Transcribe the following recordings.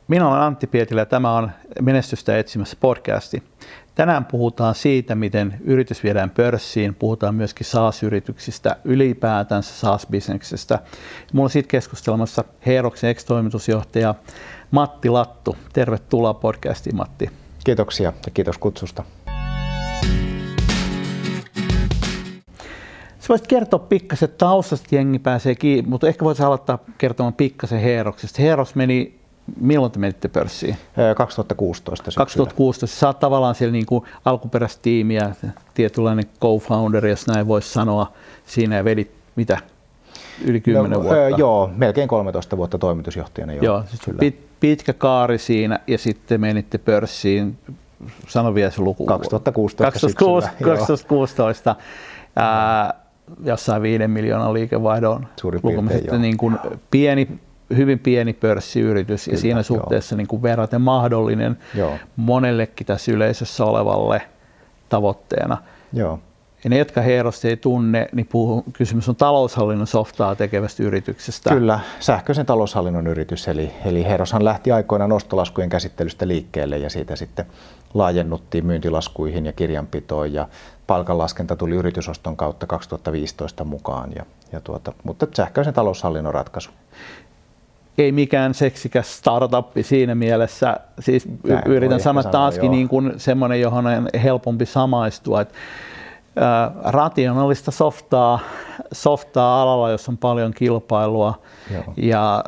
Minä olen Antti Pietilä ja tämä on Menestystä etsimässä podcasti. Tänään puhutaan siitä, miten yritys viedään pörssiin. Puhutaan myöskin SaaS-yrityksistä, ylipäätänsä SaaS-bisneksestä. Minulla on siitä keskustelemassa Heeroksen ex-toimitusjohtaja Matti Lattu. Tervetuloa podcastiin, Matti. Kiitoksia ja kiitos kutsusta. Sä voisit kertoa pikkasen taustasta, jengi pääsee kiinni, mutta ehkä voisit aloittaa kertomaan pikkasen Heeroksesta. Heeros meni, milloin te menitte pörssiin? 2016 syksyllä. 2016. Sä oot tavallaan siellä niin kuin alkuperäistä tiimiä, tietynlainen co-founder, jos näin voisi sanoa, siinä ja vedit mitä? Yli 10 vuotta? Joo, melkein 13 vuotta toimitusjohtajana. Joo, pitkä kaari siinä ja sitten menitte pörssiin, sano vielä se luku. 2016. Jossain 5 miljoonan liikevaihdon lukumiset, niin kuin hyvin pieni pörssiyritys. Kyllä, ja siinä suhteessa niin kuin verraten mahdollinen monellekin tässä yleisössä olevalle tavoitteena. Joo. Ja ne, jotka Heerosta ei tunne, niin kysymys on taloushallinnon softaa tekevästä yrityksestä. Kyllä, sähköisen taloushallinnon yritys. Eli Heeroshan lähti aikoinaan ostolaskujen käsittelystä liikkeelle ja siitä sitten laajennuttiin myyntilaskuihin ja kirjanpitoon ja palkanlaskenta tuli yritysoston kautta 2015 mukaan, mutta sähköisen taloushallinnon ratkaisu. Ei mikään seksikäs startuppi siinä mielessä, siis yritän sanoa taaskin niin kuin semmoinen, johon on helpompi samaistua, että rationaalista softaa alalla, jossa on paljon kilpailua ja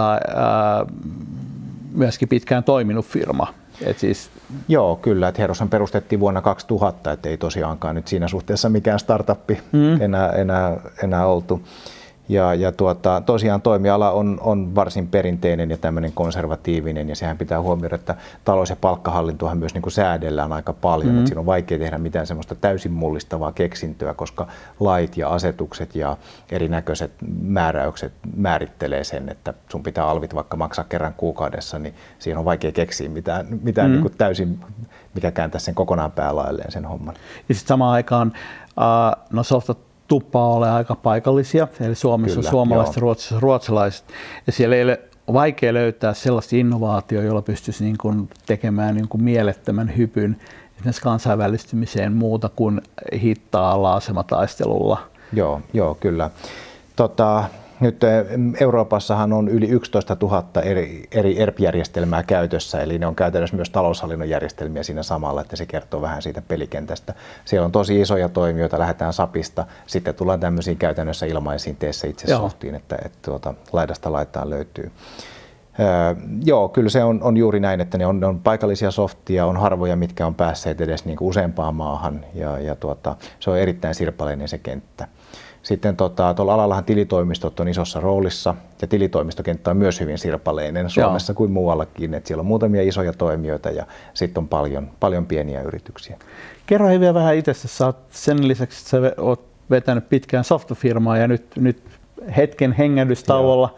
myöskin pitkään toiminut firma. Joo, kyllä. Heeroshan perustettiin vuonna 2000, et ei tosiaankaan nyt siinä suhteessa mikään startuppi enää oltu. Tosiaan toimiala on varsin perinteinen ja tämmöinen konservatiivinen ja sehän pitää huomioida, että talous- ja palkkahallintohan myös niin kuin säädellään aika paljon. Siinä on vaikea tehdä mitään semmoista täysin mullistavaa keksintöä, koska lait ja asetukset ja erinäköiset määräykset määrittelee sen, että sun pitää alvit vaikka maksaa kerran kuukaudessa, niin siihen on vaikea keksiä mitään niin kuin täysin, mikä kääntäisi sen kokonaan päälailleen sen homman. Ja sitten samaan aikaan softat tuppaa ole aika paikallisia, eli Suomessa on suomalaiset ja ruotsalaiset, ja siellä ei ole vaikea löytää sellaista innovaatiota, jolla pystyisi niin kuin tekemään niin kuin mielettömän hypyn esimerkiksi kansainvälistymiseen muuta kuin hittaalla asemataistelulla. Joo, kyllä. Nyt Euroopassahan on yli 11 000 eri ERP-järjestelmää käytössä, eli ne on käytännössä myös taloushallinnon järjestelmiä siinä samalla, että se kertoo vähän siitä pelikentästä. Siellä on tosi isoja toimijoita, lähdetään SAPista, sitten tullaan tämmöisiin käytännössä ilmaisiin teessä itse softiin, että laidasta laitaan löytyy. Joo, kyllä se on juuri näin, että ne on paikallisia softia, on harvoja, mitkä on päässeet edes niin kuin useampaan maahan, ja se on erittäin sirpaleinen se kenttä. Sitten tuolla alallahan tilitoimistot on isossa roolissa ja tilitoimistokenttä on myös hyvin sirpaleinen Suomessa kuin muuallakin. Että siellä on muutamia isoja toimijoita ja sitten on paljon pieniä yrityksiä. Kerro vielä vähän itsestä. Sä oot sen lisäksi, että sä oot vetänyt pitkään softafirmaa ja nyt hetken hengähdystauolla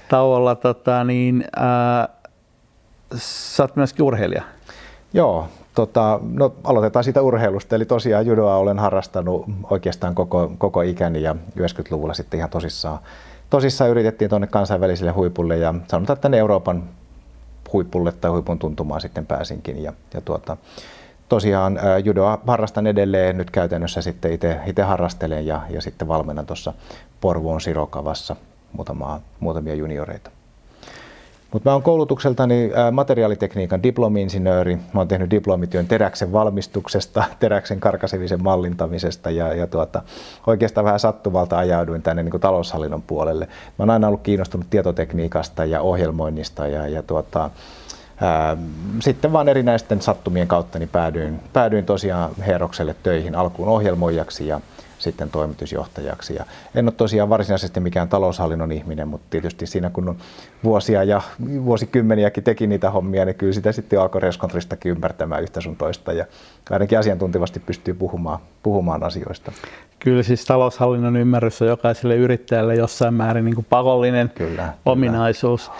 sä oot myöskin urheilija. Joo. Aloitetaan siitä urheilusta, eli tosiaan judoa olen harrastanut oikeastaan koko ikäni ja 90-luvulla sitten ihan tosissaan yritettiin tuonne kansainvälisille huipulle ja sanotaan, että tänne Euroopan huipulle tai huipun tuntumaan sitten pääsinkin tosiaan judoa harrastan edelleen nyt käytännössä sitten itse harrastelen ja sitten valmennan tuossa Porvoon Sirokavassa muutamia junioreita. Mutta mä oon koulutukseltani materiaalitekniikan diplomi-insinööri. Mä oon tehnyt diplomityön teräksen valmistuksesta, teräksen karkasevisen mallintamisesta ja oikeastaan vähän sattuvalta ajauduin tänne niin kuin taloushallinnon puolelle. Mä oon aina ollut kiinnostunut tietotekniikasta ja ohjelmoinnista sitten vaan erinäisten sattumien kautta niin päädyin tosiaan Heerokselle töihin alkuun ohjelmoijaksi ja sitten toimitusjohtajaksi. Ja en ole tosiaan varsinaisesti mikään taloushallinnon ihminen, mutta tietysti siinä kun on vuosia ja vuosikymmeniäkin teki niitä hommia, niin kyllä sitä sitten alkoi reskontristakin ymmärtämään yhtä sun toista ja ainakin asiantuntevasti pystyy puhumaan asioista. Kyllä siis taloushallinnon ymmärrys on jokaiselle yrittäjälle jossain määrin niin kuin pakollinen ominaisuus.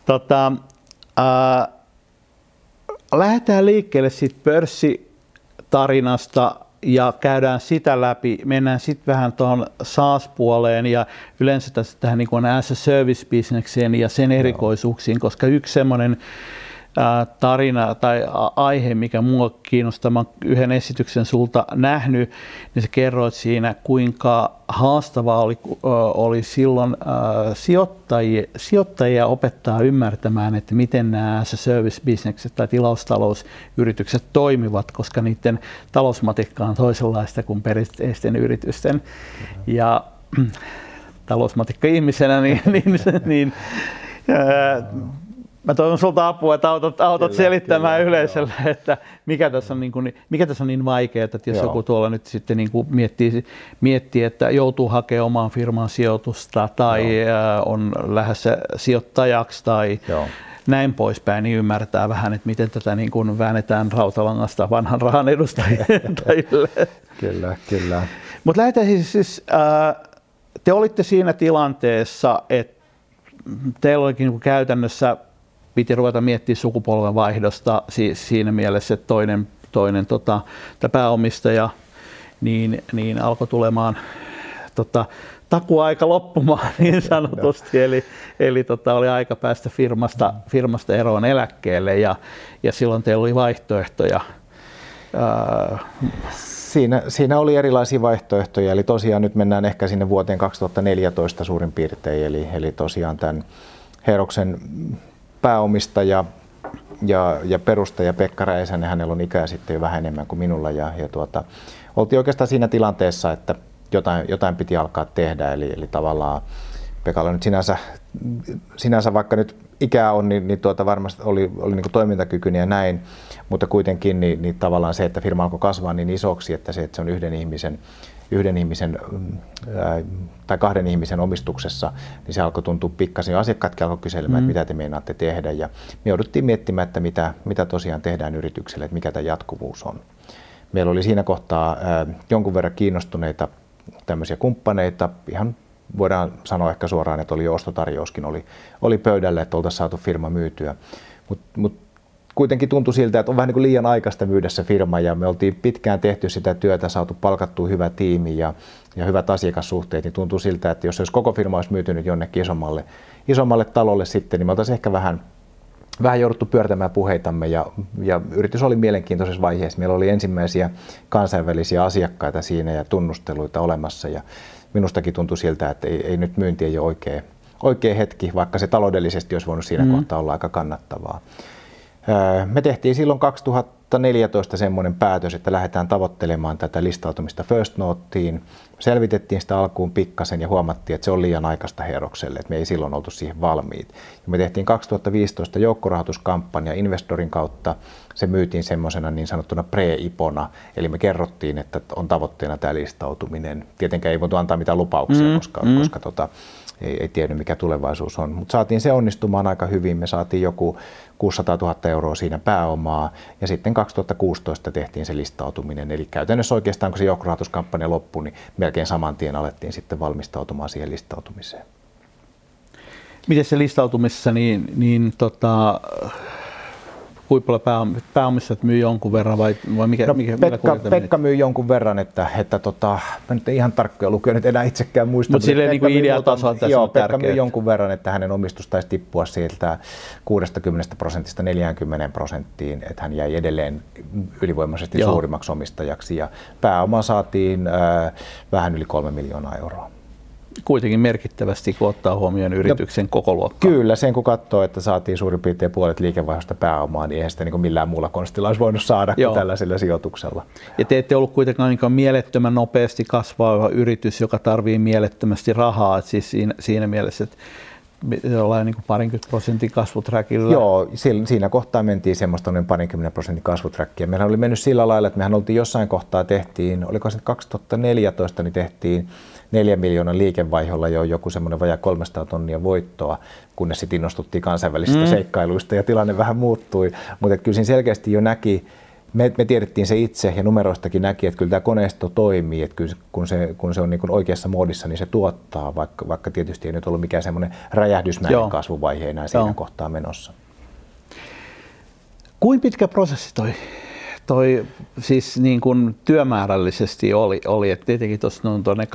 Lähdetään liikkeelle siitä pörssitarinasta ja käydään sitä läpi. Mennään sitten vähän tuohon SaaS-puoleen ja yleensä tähän niin kuin as a service-bisnekseen ja sen erikoisuuksiin, koska yksi semmoinen tarina tai aihe, mikä mua kiinnostaa. Mä yhden esityksen sulta nähnyt, niin sä kerroit siinä, kuinka haastavaa oli silloin sijoittajia opettaa ymmärtämään, että miten nämä service-bisnekset tai tilaustalousyritykset toimivat, koska niiden talousmatikka on toisenlaista kuin perinteisten yritysten. Ja talousmatikka-ihmisenä, mä toivon sulta apua, että autat selittämään yleisölle, että mikä tässä on niin vaikeaa, että jos joku tuolla nyt sitten niin kuin miettii, että joutuu hakemaan omaan firmaan sijoitusta tai on lähdössä sijoittajaksi tai näin poispäin, niin ymmärtää vähän, että miten tätä niin kuin väännetään rautalangasta vanhan rahan edustajille. Kyllä. Mutta lähdetään siis te olitte siinä tilanteessa, että teillä olikin niin käytännössä piti ruveta miettimään sukupolvenvaihdosta siinä mielessä, että toinen pääomistaja niin alkoi tulemaan takuaika loppumaan niin sanotusti, eli oli aika päästä firmasta eroon eläkkeelle ja silloin teillä oli vaihtoehtoja. Siinä oli erilaisia vaihtoehtoja, eli tosiaan nyt mennään ehkä sinne vuoteen 2014 suurin piirtein, eli tosiaan tämän Heroksen pääomistaja ja perustaja Pekka Räisänen, hänellä on ikää sitten jo vähän enemmän kuin minulla ja oltiin oikeastaan siinä tilanteessa, että jotain piti alkaa tehdä, eli tavallaan Pekalla nyt sinänsä vaikka nyt ikää on, niin varmasti oli niin kuin toimintakykyinen ja näin, mutta kuitenkin niin tavallaan se, että firma alkoi kasvaa niin isoksi, että se on yhden ihmisen tai kahden ihmisen omistuksessa, niin se alkoi tuntua pikkasen. Jo asiakkaatkin alkoi kyselemään, että mitä te meinaatte tehdä, ja me jouduttiin miettimään, että mitä tosiaan tehdään yritykselle, että mikä tämä jatkuvuus on. Meillä oli siinä kohtaa jonkun verran kiinnostuneita tämmöisiä kumppaneita, ihan voidaan sanoa ehkä suoraan, että oli jo ostotarjouskin oli pöydällä, että oltaisiin saatu firma myytyä. Mut kuitenkin tuntui siltä, että on vähän niin kuin liian aikaista myydä se firma, ja me oltiin pitkään tehty sitä työtä, saatu palkattua hyvä tiimi ja hyvät asiakassuhteet, niin tuntuu siltä, että jos koko firma olisi myytynyt jonnekin isommalle talolle sitten, niin me oltaisiin ehkä vähän jouduttu pyörtämään puheitamme, ja yritys oli mielenkiintoisessa vaiheessa. Meillä oli ensimmäisiä kansainvälisiä asiakkaita siinä ja tunnusteluita olemassa, ja minustakin tuntui siltä, että ei nyt myynti ei ole oikea hetki, vaikka se taloudellisesti olisi voinut siinä kohtaa olla aika kannattavaa. Me tehtiin silloin 2014 semmoinen päätös, että lähdetään tavoittelemaan tätä listautumista First Noteen. Selvitettiin sitä alkuun pikkasen ja huomattiin, että se on liian aikaista Herokselle, että me ei silloin oltu siihen valmiit. Ja me tehtiin 2015 joukkorahoituskampanja Investorin kautta. Se myytiin semmoisena niin sanottuna pre-ipona, eli me kerrottiin, että on tavoitteena tämä listautuminen. Tietenkään ei voitu antaa mitään lupauksia, koska ei tiennyt, mikä tulevaisuus on. Mutta saatiin se onnistumaan aika hyvin. Me saatiin joku 600 000 euroa siinä pääomaa, ja sitten 2016 tehtiin se listautuminen. Eli käytännössä oikeastaan, kun se joukkorahoituskampanja loppui, niin melkein saman tien alettiin sitten valmistautumaan siihen listautumiseen. Miten se listautumisessa, kuinka paljon pääomistajat myy jonkun verran vai mikä? Pekka myy jonkun verran, että mä nyt en ihan tarkkoja lukuja nyt enää itsekään muista. Mutta silleen niin ideatasolla tässä on Pekka myy jonkun verran, että hänen omistus taisi tippua sieltä 60% 40%, että hän jäi edelleen ylivoimaisesti suurimmaksi omistajaksi, ja pääoma saatiin vähän yli 3 miljoonaa euroa. Kuitenkin merkittävästi, kun ottaa huomioon yrityksen koko luokkaa. Kyllä, sen kun katsoo, että saatiin suurin piirtein puolet liikevaihdosta pääomaa, niin eihän sitä niin millään muulla konstilla olisi voinut saada kuin tällaisella sijoituksella. Ja te ette ollut kuitenkaan niin mielettömän nopeasti kasvava yritys, joka tarvitsee mielettömästi rahaa, että siis siinä mielessä, että jollain niin 20% kasvuträkillä. Joo, siinä kohtaa mentiin semmoista noin 20% kasvuträkkiä. Meillä oli mennyt sillä lailla, että mehän oltiin jossain kohtaa oliko se 2014, niin tehtiin 4 miljoonan liikevaihdolla jo joku semmoinen vajaa 300 tonnia voittoa, kunnes sitten innostuttiin kansainvälisistä seikkailuista ja tilanne vähän muuttui. Mutta kyllä siinä selkeästi jo näki, me tiedettiin se itse ja numeroistakin näki, että kyllä tämä koneisto toimii, että kyllä kun se on niin kuin oikeassa moodissa, niin se tuottaa, vaikka tietysti ei nyt ollut mikään semmoinen räjähdysmäinen kasvuvaihe enää siinä kohtaa menossa. Kuinka pitkä prosessi toi siis niin kuin työmäärällisesti oli, että tietenkin tuossa on tuonne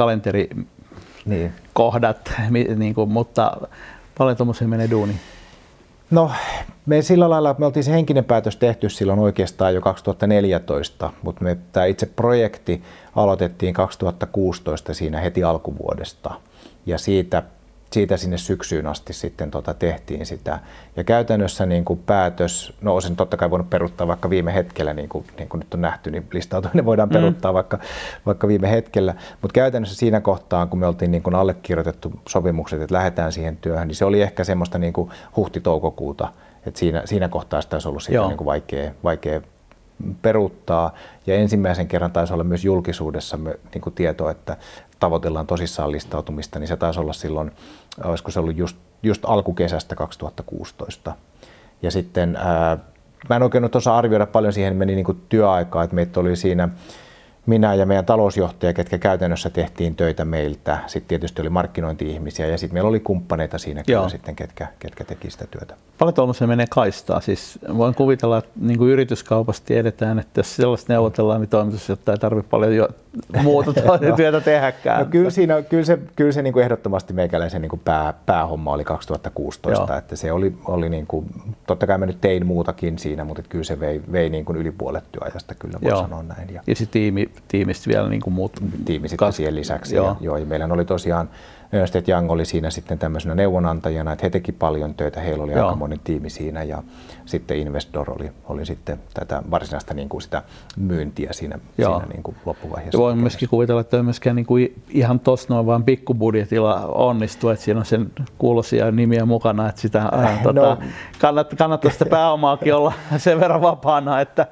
kalenterikohdat, niin kuin, mutta paljon tuommoisia menee duuniin? No Me sillä lailla, me oltiin se henkinen päätös tehty silloin oikeastaan jo 2014, mutta tämä itse projekti aloitettiin 2016 siinä heti alkuvuodesta ja siitä sinne syksyyn asti sitten tehtiin sitä. Ja käytännössä niin kuin päätös, no olisin totta kai voinut peruuttaa vaikka viime hetkellä, niin kuin nyt on nähty, niin listautuminen voidaan peruuttaa vaikka viime hetkellä. Mutta käytännössä siinä kohtaa, kun me oltiin niin kuin allekirjoitettu sopimukset, että lähdetään siihen työhön, niin se oli ehkä semmoista niin kuin huhti-toukokuuta. Että siinä kohtaa sitä olisi ollut sitten niin kuin vaikea peruuttaa. Ja ensimmäisen kerran taisi olla myös julkisuudessa niin kuin tieto, että tavoitellaan tosissaan listautumista, niin se taisi olla silloin, olisiko se ollut just alkukesästä 2016. Ja sitten mä en oikein osaa arvioida paljon, siihen meni niin kuin työaikaa, että meitä oli siinä minä ja meidän talousjohtaja, ketkä käytännössä tehtiin töitä meiltä. Sitten tietysti oli markkinointi-ihmisiä ja sitten meillä oli kumppaneita siinä kyllä sitten, ketkä teki sitä työtä. Paljon tuollaisen menee kaistaa. Siis voin kuvitella, että niin kuin yrityskaupassa tiedetään, että jos sellaista neuvotellaan, niin toimitusjohtaja ei tarvitse paljon muuta työtä tehdäkään. No kyllä se niin kuin ehdottomasti meikäläisen niin kuin päähomma oli 2016. Että se oli niin kuin, totta kai mä nyt tein muutakin siinä, mutta kyllä se vei niin kuin yli puolet työajasta, kyllä voi sanoa näin. Ja se tiimistä vielä niin kuin muut. Tiimi sitten siihen lisäksi. Ja meillä oli tosiaan Ernst & Young oli siinä sitten tämmöisenä neuvonantajana, että he teki paljon töitä, heillä oli aika monen tiimi siinä ja sitten Investor oli sitten tätä varsinaista niin kuin sitä myyntiä siinä niin kuin loppuvaiheessa. Voin myöskin kuvitella, että ei myöskään niin kuin ihan tuossa noin vaan pikkubudjetilla onnistuu, että siinä on sen kuuloisia nimiä mukana, että sitä kannattaa sitä pääomaakin olla sen verran vapaana, että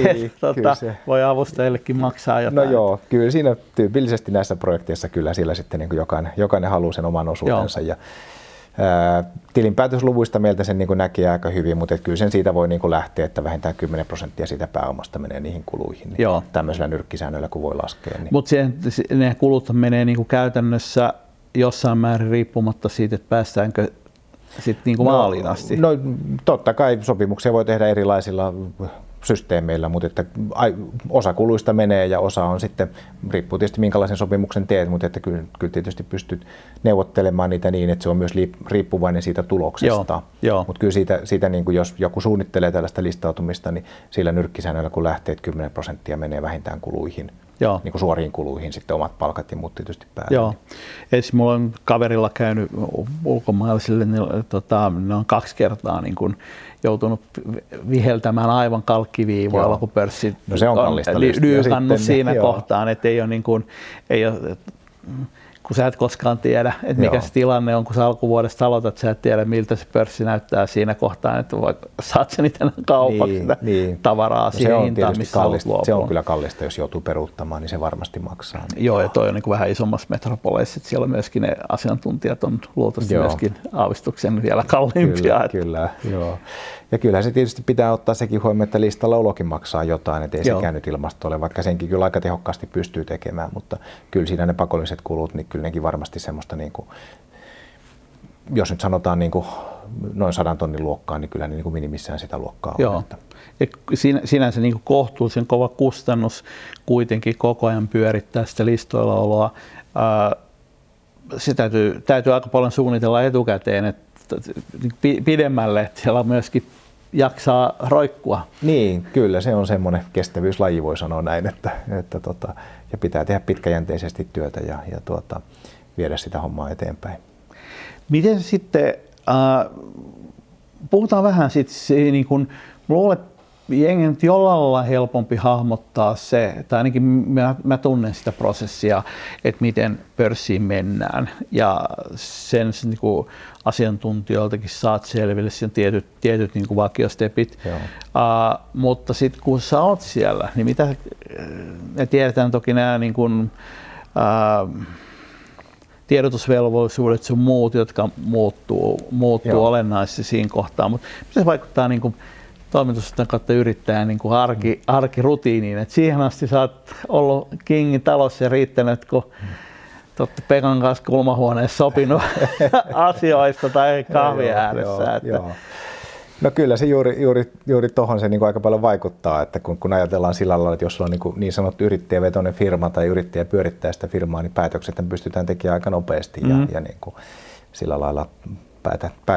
voi avustajillekin maksaa jotain. No joo, kyllä siinä tyypillisesti näissä projekteissa kyllä sillä sitten niin kuin jokainen haluaa sen oman osuutensa. Ja, tilinpäätösluvuista meiltä sen niin kuin näkee aika hyvin, mutta kyllä sen siitä voi niin kuin lähteä, että vähintään 10% siitä pääomasta menee niihin kuluihin. Niin tämmöisellä nyrkkisäännöllä kun voi laskea. Niin. Mutta ne kulut menee niin kuin käytännössä jossain määrin riippumatta siitä, että päästäänkö sitten niin kuin maaliin asti. No totta kai sopimuksia voi tehdä erilaisilla systeemeillä, mutta että osa kuluista menee ja osa on sitten, riippuu tietysti minkälaisen sopimuksen teet, mutta että kyllä tietysti pystyt neuvottelemaan niitä niin, että se on myös riippuvainen siitä tuloksesta. Mutta kyllä siitä niin kuin jos joku suunnittelee tällaista listautumista, niin sillä nyrkkisäännöllä kun lähtee, 10% menee vähintään kuluihin. Niin kuin suoriin kuluihin sitten omat palkat ja muut tietysti päälle. Joo. Esimerkiksi mulla on kaverilla käynyt ulkomaalaisille, niin ne on 2 kertaa niin kuin joutunut viheltämään aivan kalkkiviivoilla, kun pörssi on lyykannut siinä kohtaan, että ei ole niin kuin, kun sä et koskaan tiedä, että mikä se tilanne on, kun sä alkuvuodesta aloitat, sä et tiedä, miltä se pörssi näyttää siinä kohtaan, että saat sen itse kaupaksi sitä tavaraa siihen hintaan, missä haluat luopua. Se on kyllä kallista, jos joutuu peruuttamaan, niin se varmasti maksaa. Joo, ja toi on niin kuin vähän isommassa metropoleissa, että siellä myöskin ne asiantuntijat on luultavasti myöskin aavistuksen vielä kalliimpia. Kyllä, joo. Ja kyllähän se tietysti pitää ottaa sekin huomioon, että listalla olokin maksaa jotain, ettei sekään nyt ilmasto ole, vaikka senkin kyllä aika tehokkaasti pystyy tekemään, mutta kyllä siinä ne pakolliset kulut, niin kyllä nekin varmasti semmoista, niin kuin, jos nyt sanotaan niin kuin noin 100 tonnin luokkaa, niin kyllä niin kuin minimissään sitä luokkaa on. Joo. Ja sinänsä niin kuin kohtuullisen kova kustannus kuitenkin koko ajan pyörittää sitä listoilla oloa. Se täytyy aika paljon suunnitella etukäteen, että pidemmälle, että siellä myöskin jaksaa roikkua. Niin, kyllä se on semmoinen kestävyyslaji, voi sanoa näin, että ja pitää tehdä pitkäjänteisesti työtä ja viedä sitä hommaa eteenpäin. Miten sitten, puhutaan vähän sitten, niin kun, luulen, että jengen nyt jollain lailla helpompi hahmottaa se, tai ainakin mä tunnen sitä prosessia, että miten pörssiin mennään ja sen niin kuin asiantuntijoiltakin saat selville, siinä on tietyt niin kuin vakiostepit, mutta sitten kun sä oot siellä, niin mitä, me tiedetään toki nämä niin kuin, tiedotusvelvollisuudet sun muut, jotka muuttuu olennaisesti siinä kohtaa, mutta miten se vaikuttaa niin kuin toimitusjohtajan kautta yrittäjän niin kuin arkirutiiniin, että siihen asti sä oot ollut kingin talossa ja riittänyt, kun te olette Pekan kanssa kulmahuoneessa sopinut asioista tai kahvin ääressä. No kyllä se juuri tuohon se niin kuin aika paljon vaikuttaa, että kun ajatellaan sillä lailla, että jos sulla on niin sanottu yrittäjävetoinen firma tai yrittäjä pyörittää sitä firmaa, niin päätökset pystytään tekemään aika nopeasti ja niin kuin sillä lailla päätät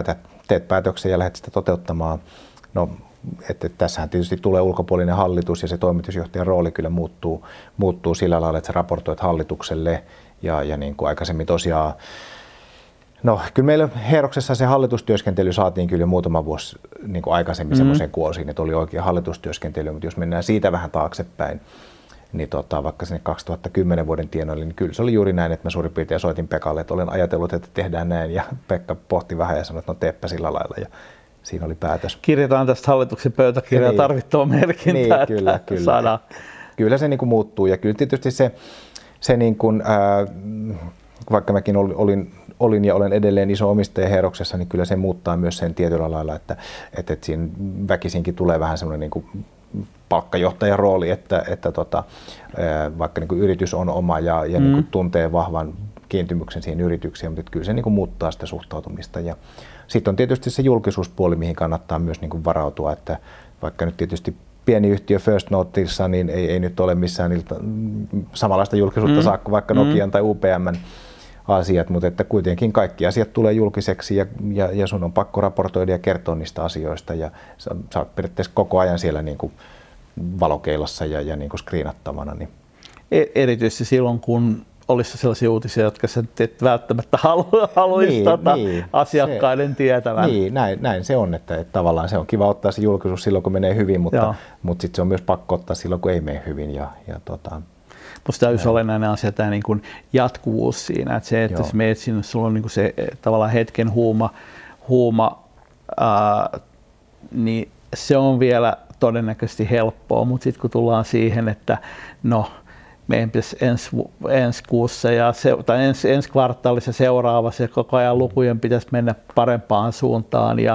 teet päätöksen ja lähdet sitä toteuttamaan. No, että tässähän tietysti tulee ulkopuolinen hallitus ja se toimitusjohtajan rooli kyllä muuttuu sillä lailla, että sä raportoit hallitukselle ja niin kuin aikaisemmin tosiaan. No kyllä meillä Heeroksessa se hallitustyöskentely saatiin kyllä muutama vuosi niin kuin aikaisemmin semmoiseen kuosiin, että oli oikea hallitustyöskentely, mutta jos mennään siitä vähän taaksepäin, niin vaikka sinne 2010 vuoden tienoille, niin kyllä se oli juuri näin, että mä suurin piirtein soitin Pekalle, että olen ajatellut, että tehdään näin, ja Pekka pohti vähän ja sanoi, että no teepä sillä lailla, ja siinä oli päätös. Kirjataan tästä hallituksen pöytäkirjaa tarvittava merkintä, niin, että saadaan. Kyllä se niin kuin muuttuu, ja kyllä tietysti se niin kuin, vaikka mäkin olin ja olen edelleen iso omistaja Heeroksessa, niin kyllä se muuttaa myös sen tietyllä lailla, että siinä väkisinkin tulee vähän semmoinen niin kuin palkkajohtajan rooli, että vaikka niin kuin yritys on oma ja niin kuin tuntee vahvan kiintymyksen siihen yritykseen, mutta kyllä se niin kuin muuttaa sitä suhtautumista. Ja sitten on tietysti se julkisuuspuoli, mihin kannattaa myös niin kuin varautua, että vaikka nyt tietysti pieni yhtiö First Northissa, niin ei nyt ole missään samanlaista julkisuutta saa kuin vaikka Nokian tai UPM:n asiat, mutta että kuitenkin kaikki asiat tulee julkiseksi ja sun on pakko raportoida ja kertoa niistä asioista ja sä oot periaatteessa koko ajan siellä niin kuin valokeilassa ja niin kuin screenattavana. Niin. Erityisesti silloin, kun olisi sellaisia uutisia, jotka sä et välttämättä haluaisi asiakkaiden tietävän. Niin, näin se on, että tavallaan se on kiva ottaa se julkisuus silloin, kun menee hyvin, mutta sitten se on myös pakko ottaa silloin, kun ei mene hyvin. Musta täysin olennainen asia tämä niin kuin jatkuvuus siinä, että se, että jos menet sinne, sulla on niin kuin se tavallaan hetken huuma niin se on vielä todennäköisesti helppoa, mutta sitten kun tullaan siihen, että no, meidän pitäisi ensi kuussa tai ensi kvartaalissa seuraavassa ja koko ajan lukujen pitäisi mennä parempaan suuntaan ja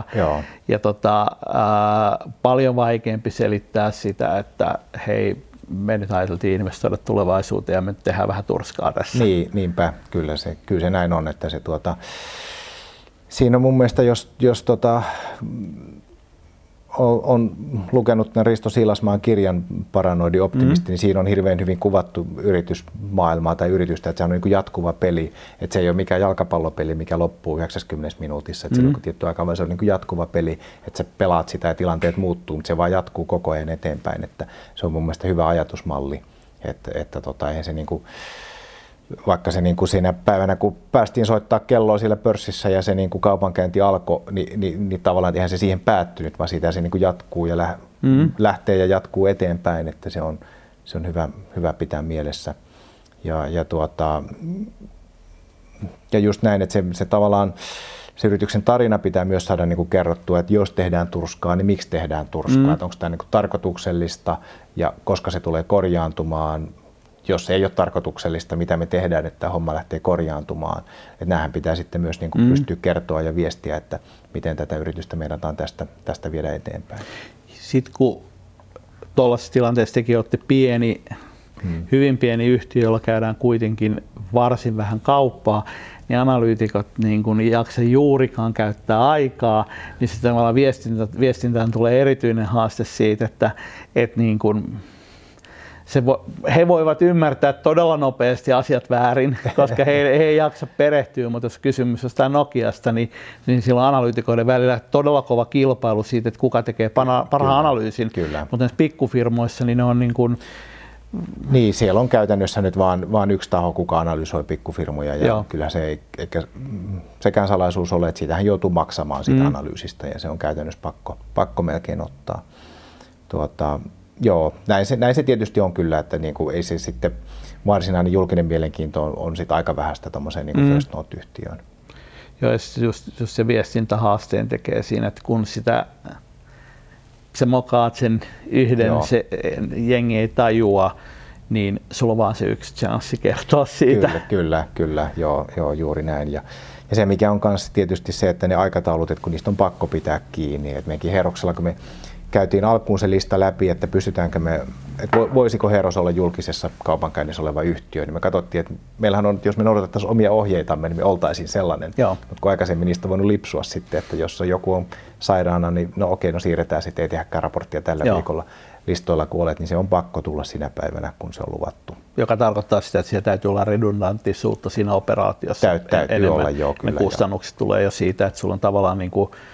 paljon vaikeampi selittää sitä, että hei, me nyt ajateltiin investoida tulevaisuuteen ja me tehdään vähän turskaa tässä. Niinpä, kyllä se näin on, että se siinä on mun mielestä, jos on lukenut Risto Siilasmaan kirjan Paranoidi optimisti, niin siinä on hirveän hyvin kuvattu yritysmaailmaa tai yritystä, että se on niin kuin jatkuva peli, että se ei ole mikään jalkapallopeli, mikä loppuu 90 minuutissa, että silloin kun tietty aikaa, vaan se on niin kuin jatkuva peli, että sä pelaat sitä ja tilanteet muuttuu, mutta se vaan jatkuu koko ajan eteenpäin, että se on mun mielestä hyvä ajatusmalli, että eihän se niin kuin, vaikka se niin kuin siinä päivänä, kun päästiin soittaa kelloa siellä pörssissä ja se niin kuin kaupankäynti alkoi, niin tavallaan eihän se siihen päättynyt, vaan siitä se niin kuin jatkuu ja lähtee ja jatkuu eteenpäin, että se on hyvä pitää mielessä. Ja just näin, että se tavallaan se yrityksen tarina pitää myös saada niin kuin kerrottua, että jos tehdään turskaa, niin miksi tehdään turskaa, että onko tämä niin kuin tarkoituksellista ja koska se tulee korjaantumaan. Jos ei ole tarkoituksellista, mitä me tehdään, että homma lähtee korjaantumaan. Että näähän pitää sitten myös niin kuin pystyä kertoa ja viestiä, että miten tätä yritystä meinataan tästä viedä eteenpäin. Sitten kun tuollaisessa tilanteessa tekin olette hyvin pieni yhtiö, jolla käydään kuitenkin varsin vähän kauppaa, niin analyytikot niin kun ei jaksa juurikaan käyttää aikaa, niin sitten tavallaan viestintään tulee erityinen haaste siitä, että niin kun he voivat ymmärtää todella nopeasti asiat väärin, koska he ei jaksa perehtyä, mutta jos kysymys jostain Nokiasta, niin silloin analyytikoiden välillä todella kova kilpailu siitä, että kuka tekee parhaan analyysin. Kyllä. Mutta näissä pikkufirmoissa niin ne on niin kuin... Niin, siellä on käytännössä nyt vaan yksi taho, kuka analysoi pikkufirmoja ja kyllä se ei sekään salaisuus ole, että siitähän joutuu maksamaan siitä analyysistä ja se on käytännössä pakko melkein ottaa. Joo, näin se tietysti on kyllä, että niinku ei se sitten varsinainen julkinen mielenkiinto on sit aika vähäistä tommoseen niinku First North-yhtiöön. Joo, just se viestintähaasteen tekee siinä, että kun sä mokaat sen yhden, se jengi ei tajua, niin sulla on vaan se yksi chanssi kertoa siitä. Kyllä, joo, juuri näin. Ja se mikä on kanssa tietysti se, että ne aikataulut, että kun niistä on pakko pitää kiinni, että mekin Heeroksella, kun me käytiin alkuun se lista läpi, että pystytäänkö että voisiko Heeros olla julkisessa kaupankäynnissä oleva yhtiö, niin me katsottiin, että meillähän on, jos me noudatettaisiin omia ohjeitamme, niin me oltaisiin sellainen. Mutta kun aikaisemmin niistä on voinut lipsua sitten, että jos joku on sairaana, niin siirretään sitten, ei tehdäkään raporttia tällä viikolla listoilla, kun olet, niin se on pakko tulla sinä päivänä, kun se on luvattu. Joka tarkoittaa sitä, että siellä täytyy olla redundanttisuutta siinä operaatiossa. Täytyy olla, joo, kyllä. Ne kustannukset tulee jo siitä, että sulla on tavallaan niin kuin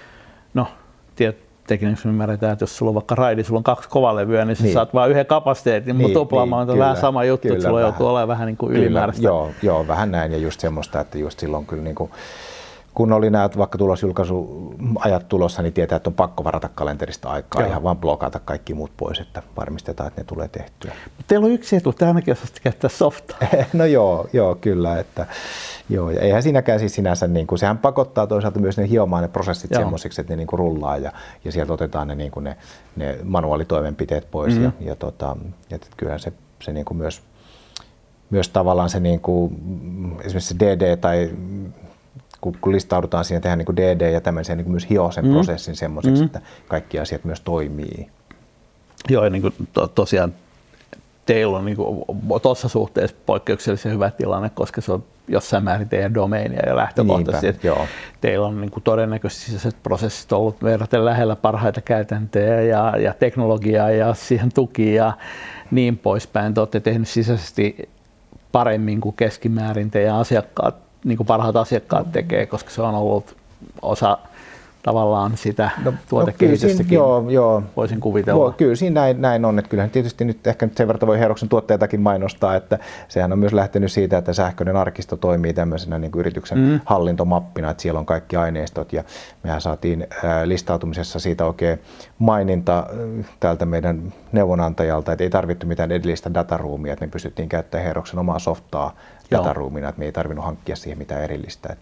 no tekniikassa ymmärretään, että jos sulla on vaikka raidi, sulla on 2 kovalevyä, niin sä saat vain yhden kapasiteetin, mutta tuplaamaan on vähän sama juttu, että sulla joutuu olemaan vähän niin kuin ylimääräistä. Joo, vähän näin ja just semmoista, että just silloin kyllä niin kuin, kun oli nämä vaikka tulosjulkaisuajat tulossa, niin tietää, että on pakko varata kalenterista aikaa, ihan vaan blokata kaikki muut pois, että varmistetaan, että ne tulee tehtyä. Teillä on yksi etu, tämäkin osaatte käyttää softaa. No joo, kyllä, että joo, ja eihän siinäkään siis sinänsä, niin kuin, sehän pakottaa toisaalta myös ne hiomaan ne prosessit semmoisiksi, että ne niin kuin rullaa ja sieltä otetaan ne, niin kuin ne manuaalitoimenpiteet pois ja kyllähän se niin kuin myös tavallaan se niin kuin, esimerkiksi se DD tai kun listaudutaan siihen, tehdään niin DD ja tämmöisen niin myös hio sen prosessin semmoiseksi, että kaikki asiat myös toimii. Joo, ja niin kuin tosiaan teillä on niin tuossa suhteessa poikkeuksellisen hyvä tilanne, koska se on jossain määrin teidän domeinia ja lähtökohtaisesti. Teillä on niin kuin todennäköisesti sisäiset prosessit ollut verraten lähellä parhaita käytäntöjä ja teknologiaa ja siihen tuki ja niin poispäin. Te olette tehneet sisäisesti paremmin kuin keskimäärin teidän asiakkaat, niin kuin parhaat asiakkaat tekee, koska se on ollut osa tavallaan sitä tuotekehitystäkin, voisin kuvitella. Kyllä siinä näin on, että kyllähän tietysti nyt ehkä sen verran voi Heroksen tuotteitakin mainostaa, että sehän on myös lähtenyt siitä, että sähköinen arkisto toimii tämmöisenä niin kuin yrityksen hallintomappina, että siellä on kaikki aineistot ja mehän saatiin listautumisessa siitä oikein maininta täältä meidän neuvonantajalta, että ei tarvittu mitään edellistä dataroomia, että me pystyttiin käyttämään Heroksen omaa softaa dataroomina, että me ei tarvinnut hankkia siihen mitään erillistä.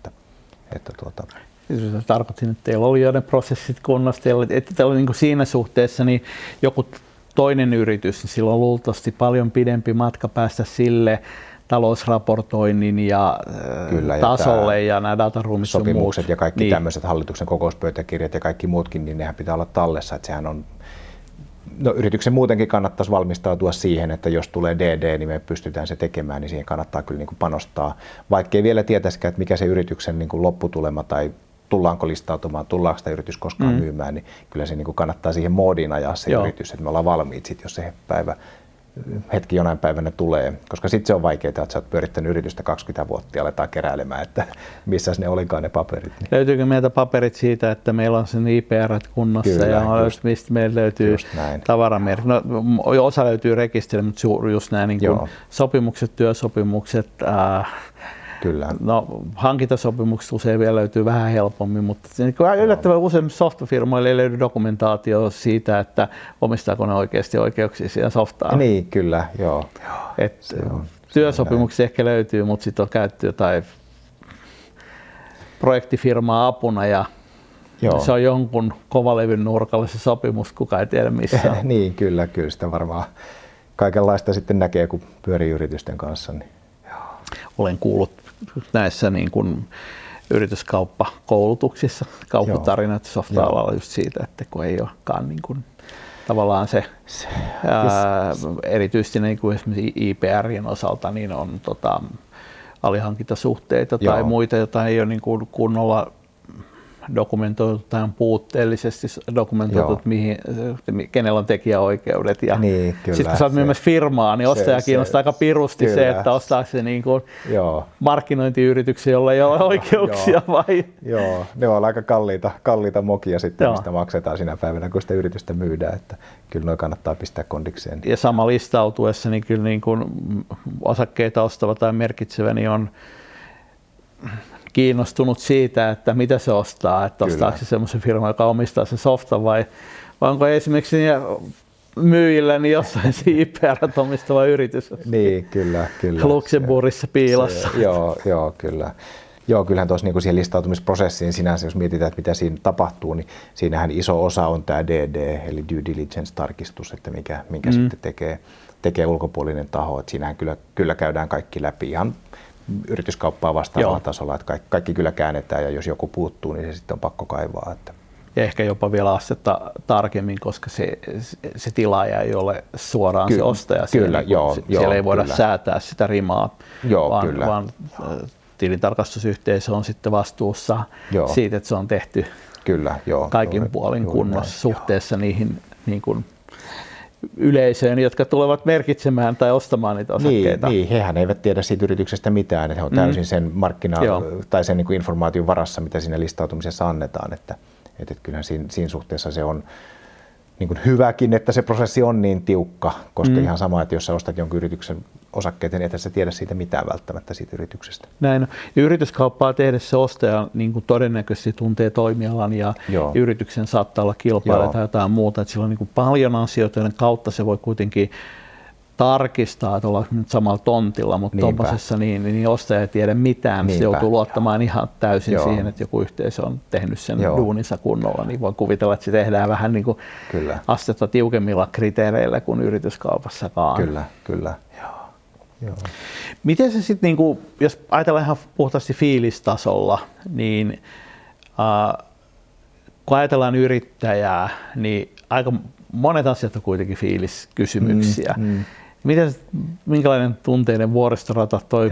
Tarkoitin, että teillä oli jo ne prosessit kunnossa, että teillä oli niin kuin siinä suhteessa niin joku toinen yritys, niin sillä on luultavasti paljon pidempi matka päästä sille talousraportoinnin ja tasolle ja nämä dataroomit sopimukset ja kaikki tämmöiset hallituksen kokouspöytäkirjat ja kaikki muutkin, niin nehän pitää olla tallessa, että sehän on yrityksen muutenkin kannattaisi valmistautua siihen, että jos tulee DD, niin me pystytään se tekemään, niin siihen kannattaa kyllä niin kuin panostaa. Vaikka ei vielä tietäisikään, että mikä se yrityksen niin kuin lopputulema tai tullaanko listautumaan, tullaanko sitä yritys koskaan myymään, niin kyllä se niin kuin kannattaa siihen moodiin ajaa se yritys, että me ollaan valmiit sit, jos se hetki jonain päivänä tulee, koska sitten se on vaikeaa, että sä oot pyörittänyt yritystä 20 vuotta ja aletaan keräilemään, että missä ne olikaan ne paperit. Niin. Löytyykö meiltä paperit siitä, että meillä on sen IPR kunnossa ja mistä meillä löytyy tavaramerkki? No, osa löytyy rekisteristä, mutta just nämä niin kuin sopimukset, työsopimukset, Kyllä. No, hankintasopimukset usein vielä löytyy vähän helpommin, mutta yllättävän usein softafirmoille ei löydy dokumentaatio siitä, että omistaako ne oikeasti oikeuksia siihen softaan. Niin, kyllä, joo. Työsopimuksia ehkä löytyy, mutta sitten on käytetty jotain projektifirmaa apuna ja se on jonkun kovalevyn nurkalla se sopimus, kuka ei tiedä missä on. Niin, kyllä sitä varmaan kaikenlaista sitten näkee, kun pyörii yritysten kanssa. Niin. Olen kuullut näissä niin kuin yrityskauppakoulutuksissa kauppatarinat softa-alalla just siitä, että kun ei olekaan niin kuin, tavallaan se erityisesti niin kuin esimerkiksi IPR:n osalta niin on alihankintasuhteita tai muita, joita ei ole niin kuin kunnolla dokumentoitu tai on puutteellisesti dokumentoitu, kenellä on tekijäoikeudet. Ja sitten kun sä oot myymässä firmaa, niin ostaja kiinnostaa aika pirusti se, että ostaako se niin kuin markkinointiyrityksiä, jolla ei ole oikeuksia vai? Joo, ne on aika kalliita mokia sitten, mistä maksetaan sinä päivänä, kun sitä yritystä myydään. Että kyllä noi kannattaa pistää kondikseen. Ja sama listautuessa, niin kyllä niin kuin osakkeita ostava tai merkitsevä niin on kiinnostunut siitä, että mitä se ostaa, että ostaako se semmoisen firman, joka omistaa sen softan vai onko esimerkiksi myyjillä niin jossain IPR omistava yritys. Niin, kyllä. Luxemburgissa piilossa. Joo, kyllä. Joo, kyllähän tuossa niin siihen listautumisprosessiin sinänsä, jos mietitään, että mitä siinä tapahtuu, niin siinähän iso osa on tämä DD, eli due diligence-tarkistus, että minkä sitten tekee ulkopuolinen taho. Että siinähän kyllä käydään kaikki läpi ihan yrityskauppaa vastaavalla tasolla, että kaikki kyllä käännetään ja jos joku puuttuu, niin se sitten on pakko kaivaa. Että. Ja ehkä jopa vielä astetta tarkemmin, koska se tilaaja ei ole suoraan se ostaja. Siellä ei voida säätää sitä rimaa, vaan tilintarkastusyhteisö on sitten vastuussa siitä, että se on tehty kaikin puolin kunnossa suhteessa niihin niin kuin yleisöön, jotka tulevat merkitsemään tai ostamaan niitä osakkeita. Niin, hehän eivät tiedä siitä yrityksestä mitään, että he on täysin sen tai sen niin kuin informaation varassa, mitä siinä listautumisessa annetaan. Että että kyllähän siinä suhteessa se on niin kuin hyväkin, että se prosessi on niin tiukka, koska ihan sama, että jos sä ostat jonkun yrityksen osakkeet, niin et sä tiedä siitä mitään välttämättä siitä yrityksestä. Näin on. Yrityskauppaa tehdessä ostaja niin kuin todennäköisesti tuntee toimialan ja yrityksen saattaa olla kilpailija tai jotain muuta. Että sillä on niin kuin paljon asioita, joiden kautta se voi kuitenkin tarkistaa, että ollaan nyt samalla tontilla, mutta tuollaisessa niin ostaja ei tiedä mitään. Se joutuu luottamaan ihan täysin siihen, että joku yhteisö on tehnyt sen duuninsa kunnolla. Niin voi kuvitella, että se tehdään vähän niin kuin astetta tiukemmilla kriteereillä kuin yrityskaupassakaan. Kyllä. Joo. Miten se sitten, niin jos ajatellaan ihan puhtaasti fiilistasolla, niin kun ajatellaan yrittäjää, niin aika monet asiat on kuitenkin fiiliskysymyksiä. Minkälainen tunteinen vuoristorata toi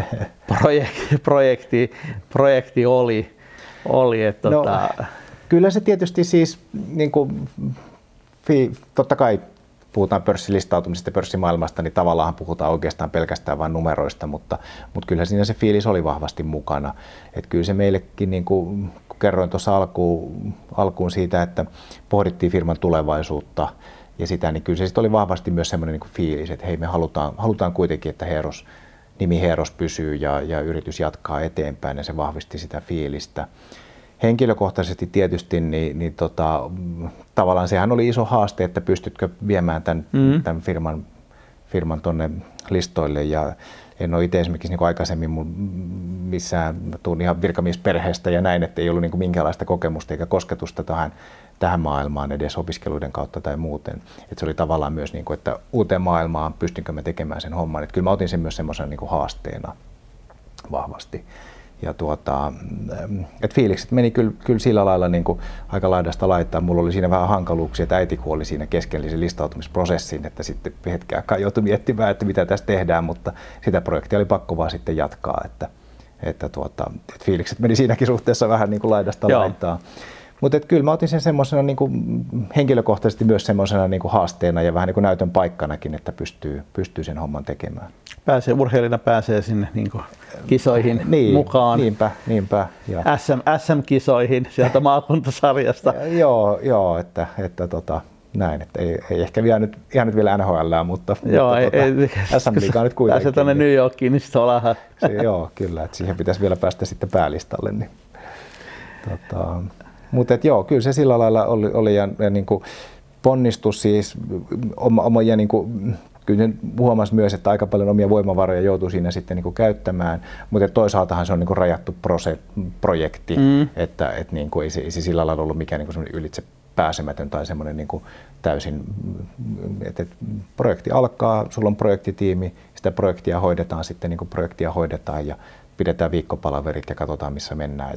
projekti oli että kyllä se tietysti siis niin kuin, totta kai puhutaan pörssilistautumisesta ja pörssimaailmasta, niin tavallaan puhutaan oikeastaan pelkästään vain numeroista, mutta kyllä siinä se fiilis oli vahvasti mukana. Että kyllä se meillekin, niin kuin kerroin tuossa alkuun siitä, että pohdittiin firman tulevaisuutta ja sitä, niin kyllä se sitten oli vahvasti myös semmoinen niin kuin fiilis, että hei, me halutaan kuitenkin, että nimi Heeros pysyy ja yritys jatkaa eteenpäin, ja se vahvisti sitä fiilistä. Henkilökohtaisesti tietysti, niin tavallaan sehän oli iso haaste, että pystytkö viemään tämän firman tuonne listoille. Ja en ole itse esimerkiksi niin kuin aikaisemmin missään, tuun ihan virkamiesperheestä ja näin, että ei ollut niin kuin minkäänlaista kokemusta eikä kosketusta tähän maailmaan edes opiskeluiden kautta tai muuten. Että se oli tavallaan myös, niin kuin, että uuteen maailmaan pystynkö mä tekemään sen homman. Että kyllä mä otin sen myös semmoisena niin kuin haasteena vahvasti. Ja et fiilikset meni kyllä sillä lailla niin kuin aika laidasta laittaa. Mulla oli siinä vähän hankaluuksia, että äiti kuoli siinä keskellä sen listautumisprosessin, että sitten hetken aikaa joutui miettimään, että mitä tässä tehdään, mutta sitä projektia oli pakko vaan sitten jatkaa, että fiilikset meni siinäkin suhteessa vähän niin kuin laidasta laittaa. Mutta kyllä mä otin sen semmoisena niin kuin henkilökohtaisesti myös semmoisena niin kuin haasteena ja vähän niin kuin näytön paikkanakin, että pystyy sen homman tekemään. Urheilijana pääsee sinne niin kuin kisoihin mukaan. Niinpä. Ja. SM-kisoihin sieltä maakuntasarjasta. Joo, että näin, että ei ehkä jäänyt vielä NHL:ää, mutta SM-liigaa nyt kuitenkin. Pääsee tuonne New Yorkiin, niin sitten ollaan. Joo, kyllä, että siihen pitäisi vielä päästä sitten päälistalle. Niin, mutta joo, kyllä se sillä lailla oli ja niin kuin ponnistus siis omia niin kuin, kyllä huomasi myös, että aika paljon omia voimavaroja joutui siinä sitten niin kuin käyttämään, mutta toisaaltahan se on niin kuin rajattu projekti, että niin kuin ei se sillä lailla ollut mikään niin kuin ylitse pääsemätön tai semmoinen niin kuin täysin, että projekti alkaa, sulla on projektitiimi, sitä projektia hoidetaan sitten niin kuin projektia hoidetaan ja pidetään viikkopalaverit ja katsotaan missä mennään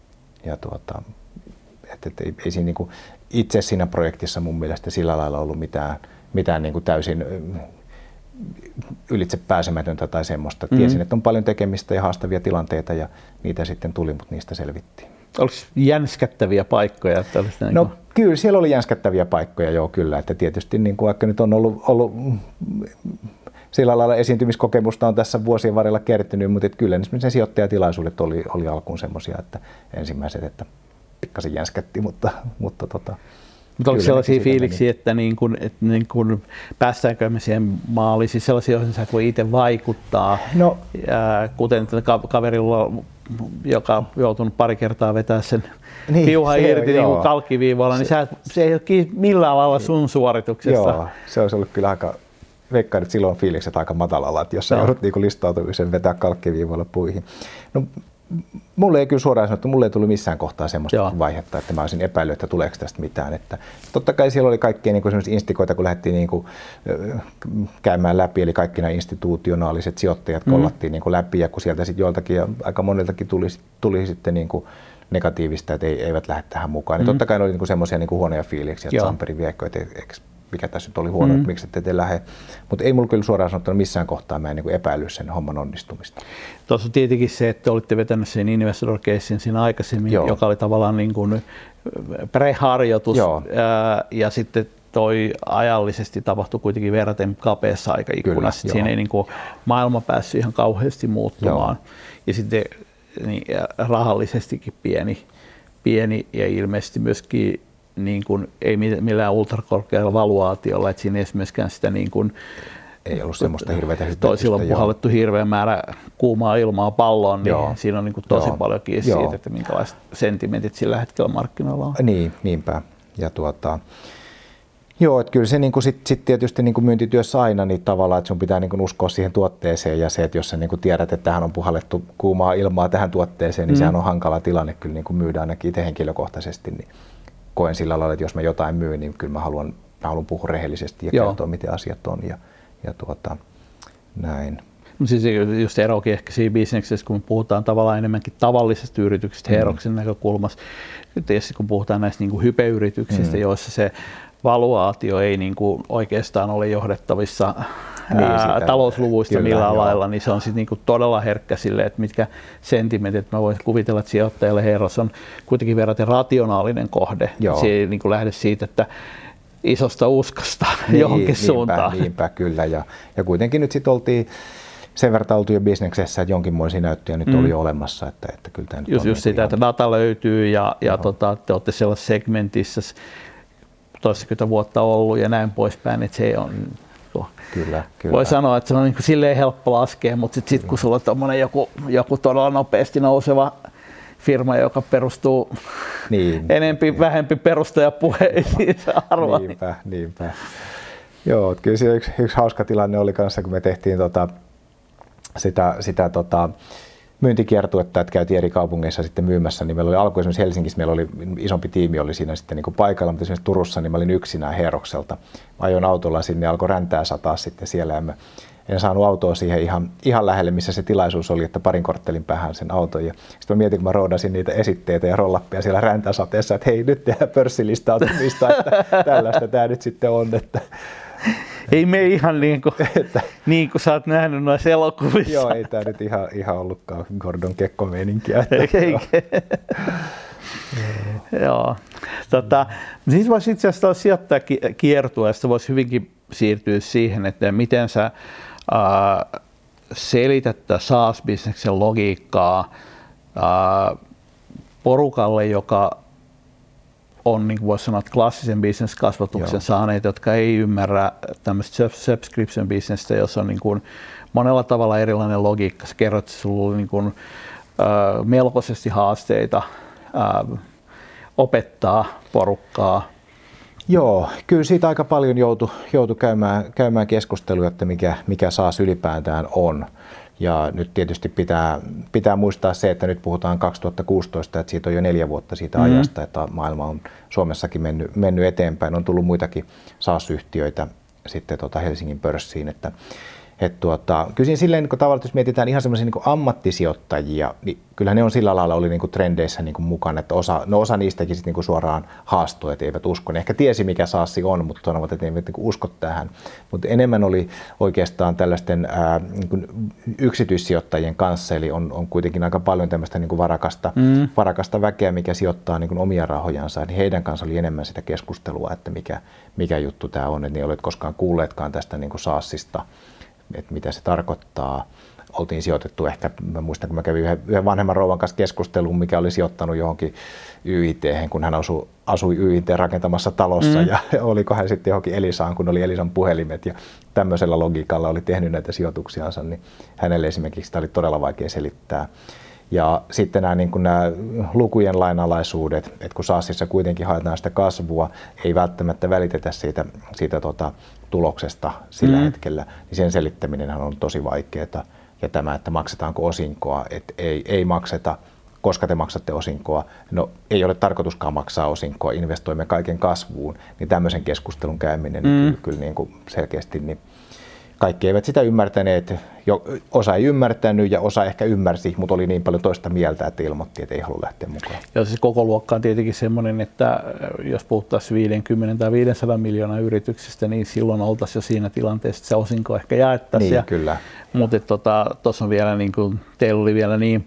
ei siinä niin kuin itse siinä projektissa mun mielestä sillä lailla ollut mitään niin kuin täysin ylitse pääsemätöntä tai semmoista. Tiesin, että on paljon tekemistä ja haastavia tilanteita ja niitä sitten tuli, mutta niistä selvittiin. Oliko jänskättäviä paikkoja? No kyllä, siellä oli jänskättäviä paikkoja, joo kyllä. Että tietysti niin kuin vaikka nyt on ollut sillä lailla esiintymiskokemusta on tässä vuosien varrella kertynyt, mutta kyllä esimerkiksi sijoittajatilaisuudet oli alkuun semmoisia, että ensimmäiset, että pikkasen jänskätti, mutta oliko sellaisia fiiliksiä, että niin kun päästäänkö me siihen maaliin, siis sellaisia, joihin sä voi itse vaikuttaa, kuten kaverilla, joka on joutunut pari kertaa vetää sen piuhan irti niin kalkkiviivalla, niin se ei ole millään lailla sun suorituksesta. Joo, se olisi ollut kyllä aika, veikkaan, että silloin fiilikset aika matalalla, että jos sä joudut niin listautumisen vetää kalkkiviivalla puihin. No, mulle ei kyllä suoraan sanottu, mulle ei tullut missään kohtaa semmoista vaihetta, että mä olisin epäillyt, että tuleeko tästä mitään. Että totta kai siellä oli kaikkia niin semmoisia instikoita, kun lähdettiin niin kuin käymään läpi, eli kaikki nämä institutionaaliset sijoittajat kollattiin niin kuin läpi, ja kun sieltä sitten joiltakin ja aika moniltakin tuli sitten niin kuin negatiivista, että eivät lähde tähän mukaan. Niin totta kai ne oli niin semmoisia niin huonoja fiiliksiä, että Samperi viekö, että mikä tässä nyt oli huono, että miksi ette lähde. Mutta ei mulla kyllä suoraan sanottuna missään kohtaa mä en niin epäily sen homman onnistumista. Tuossa on tietenkin se, että olitte vetänyt sen Investor Casen siinä aikaisemmin, joka oli tavallaan niin kuin preharjoitus ja sitten toi ajallisesti tapahtui kuitenkin verraten kapeassa aikaikkunassa. Siinä ei niin kuin maailma päässyt ihan kauheasti muuttumaan. Ja sitten niin, rahallisestikin pieni ja ilmeisesti myöskin niin kuin, ei millään ultrakorkealla valuaatiolla, että siinä ei myöskään sitä niin kuin, ei ollut semmoista hirveätä toisilla on puhallettu hirveä määrä kuumaa ilmaa palloon, niin siinä on niin kuin tosi paljon kiinni siitä, että minkälaiset sentimentit sillä hetkellä markkinoilla on. Niinpä. Ja joo, että kyllä se niin sit tietysti niin myyntityössä aina niin tavallaan, että sun pitää niin uskoa siihen tuotteeseen ja se, että jos sä niin tiedät, että tähän on puhallettu kuumaa ilmaa tähän tuotteeseen, niin sehän on hankala tilanne kyllä niin myydä ainakin itse henkilökohtaisesti. Niin koen sillä lailla, että jos mä jotain myyn, niin kyllä mä haluan puhua rehellisesti ja kertoa, miten asiat on ja näin. No siis just erokin ehkä siinä bisneksessä, kun puhutaan tavallaan enemmänkin tavallisesta yrityksestä Heeroksen näkökulmassa. Tietysti kun puhutaan näistä niin kuin hypeyrityksistä, joissa se valuaatio ei niin kuin oikeastaan ole johdettavissa talousluvuista millään lailla, niin se on sitten niin kuin todella herkkä sille, että mitkä sentimentit. Mä voisin kuvitella, että sijoittajalle Heeros on kuitenkin verraten rationaalinen kohde. Se ei niin kuin lähde siitä, että isosta uskosta johonkin suuntaan. Niinpä kyllä. Ja kuitenkin nyt sitten oltiin sen verran oltu jo bisneksessä, että jonkinmoisia näyttöjä nyt oli jo olemassa. Että kyllä tämä nyt just sitä, että data löytyy ja te olette sellaisessa segmentissä toistakymmentä vuotta ollut ja näin poispäin, että se on Kyllä. Voi sanoa, että se on niin kuin silleen helppo laskea, mutta sitten kun sulla on tommoinen joku todella nopeasti nouseva firma, joka perustuu enempi vähempi perustajapuheisiin arvoa. Niinpä. Joo, kyllä se yksi hauska tilanne oli kanssa, kun me tehtiin sitä myyntikiertuetta, että käytiin eri kaupungeissa sitten myymässä, niin meillä oli alkuun esimerkiksi Helsingissä, meillä oli isompi tiimi oli siinä sitten niin kuin paikalla, mutta esimerkiksi Turussa niin mä olin yksinään Heerokselta. Mä ajoin autolla sinne ja alkoi räntää sataa sitten siellä ja en saanut autoa siihen ihan lähelle, missä se tilaisuus oli, että parin korttelin päähän sen auton. Ja sitten mä mietin, kun mä roodasin niitä esitteitä ja rollappia siellä räntäsateessa, että hei, nyt tehdään pörssilistautumista, että tällaista tämä nyt sitten on. Että ei me ihan niin kuin sä oot nähnyt noissa elokuvissa. Joo, ei tämä nyt ihan ollutkaan Gordon Gekko-meininkiä. Joo. Siis voisi itse asiassa sijoittaa kiertueesta, voisi hyvinkin siirtyä siihen, että miten sä selität SaaS-bisneksen logiikkaa porukalle, joka on, niin kuin voisi sanoa, klassisen bisneskasvatuksen saaneet, jotka ei ymmärrä tämmöistä subscription-bisnestä, jossa on niin kuin monella tavalla erilainen logiikka. Sä kerrot, että sulla oli niin kuin, melkoisesti haasteita opettaa porukkaa. Joo, kyllä siitä aika paljon joutui käymään keskustelua, että mikä SaaS ylipäätään on. Ja nyt tietysti pitää muistaa se, että nyt puhutaan 2016, että siitä on jo 4 vuotta siitä ajasta, että maailma on Suomessakin mennyt eteenpäin. On tullut muitakin SaaS-yhtiöitä sitten Helsingin pörssiin, että kyllä siinä silleen, kun tavallaan jos mietitään ihan semmoisia niin ammattisijoittajia, niin kyllähän ne on sillä lailla oli niin trendeissä niin mukana, että osa niistäkin sit niin suoraan haastoi, että eivät usko. Ne ehkä tiesi, mikä SaaS on, mutta sanovat, että ne eivät niin usko tähän. Mutta enemmän oli oikeastaan tällaisten niin yksityissijoittajien kanssa, eli on kuitenkin aika paljon tämmöistä niin varakasta väkeä, mikä sijoittaa niin omia rahojansa. Niin heidän kanssa oli enemmän sitä keskustelua, että mikä juttu tämä on, että ne ei ole koskaan kuulleetkaan tästä niin SaaSista, että mitä se tarkoittaa. Oltiin sijoitettu ehkä, mä muistan kun mä kävin yhden vanhemman rouvan kanssa keskusteluun, mikä oli sijoittanut johonkin YIT:hen, kun hän asui YIT rakentamassa talossa ja oliko hän sitten johonkin Elisaan, kun oli Elisan puhelimet ja tämmöisellä logiikalla oli tehnyt näitä sijoituksiansa, niin hänelle esimerkiksi sitä oli todella vaikea selittää. Ja sitten nämä lukujen lainalaisuudet, että kun SaaSissa kuitenkin haetaan sitä kasvua, ei välttämättä välitetä siitä tuloksesta sillä hetkellä, niin sen selittäminen on tosi vaikeaa. Ja tämä, että maksetaanko osinkoa, että ei makseta, koska te maksatte osinkoa. No ei ole tarkoituskaan maksaa osinkoa, investoimme kaiken kasvuun, niin tämmöisen keskustelun käyminen niin kyllä niin kuin selkeästi niin kaikki eivät sitä ymmärtäneet. Osa ei ymmärtänyt ja osa ehkä ymmärsi, mutta oli niin paljon toista mieltä, että ilmoitti, että ei halua lähteä mukaan. Ja se koko luokka on tietenkin semmoinen, että jos puhuttaisiin 50 tai 500 miljoonaa yrityksestä, niin silloin oltaisiin jo siinä tilanteessa, että se osinko ehkä jaettaisiin. Niin, kyllä. Mutta tuossa on vielä, niin kuin, teillä oli vielä niin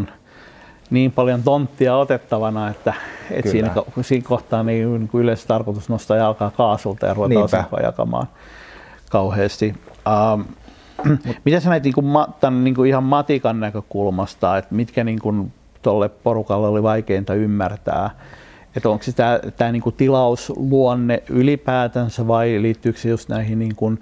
paljon tonttia otettavana, että siinä kohtaa niin yleensä tarkoitus nostaa jalkaa kaasulta ja ruveta osinkoa jakamaan kauheasti. Mitä sä näit tämän ihan matikan näkökulmasta, että mitkä tuolle porukalle oli vaikeinta ymmärtää, Että onko se tämä niinku tilausluonne ylipäätänsä vai liittyykö se just näihin niinku,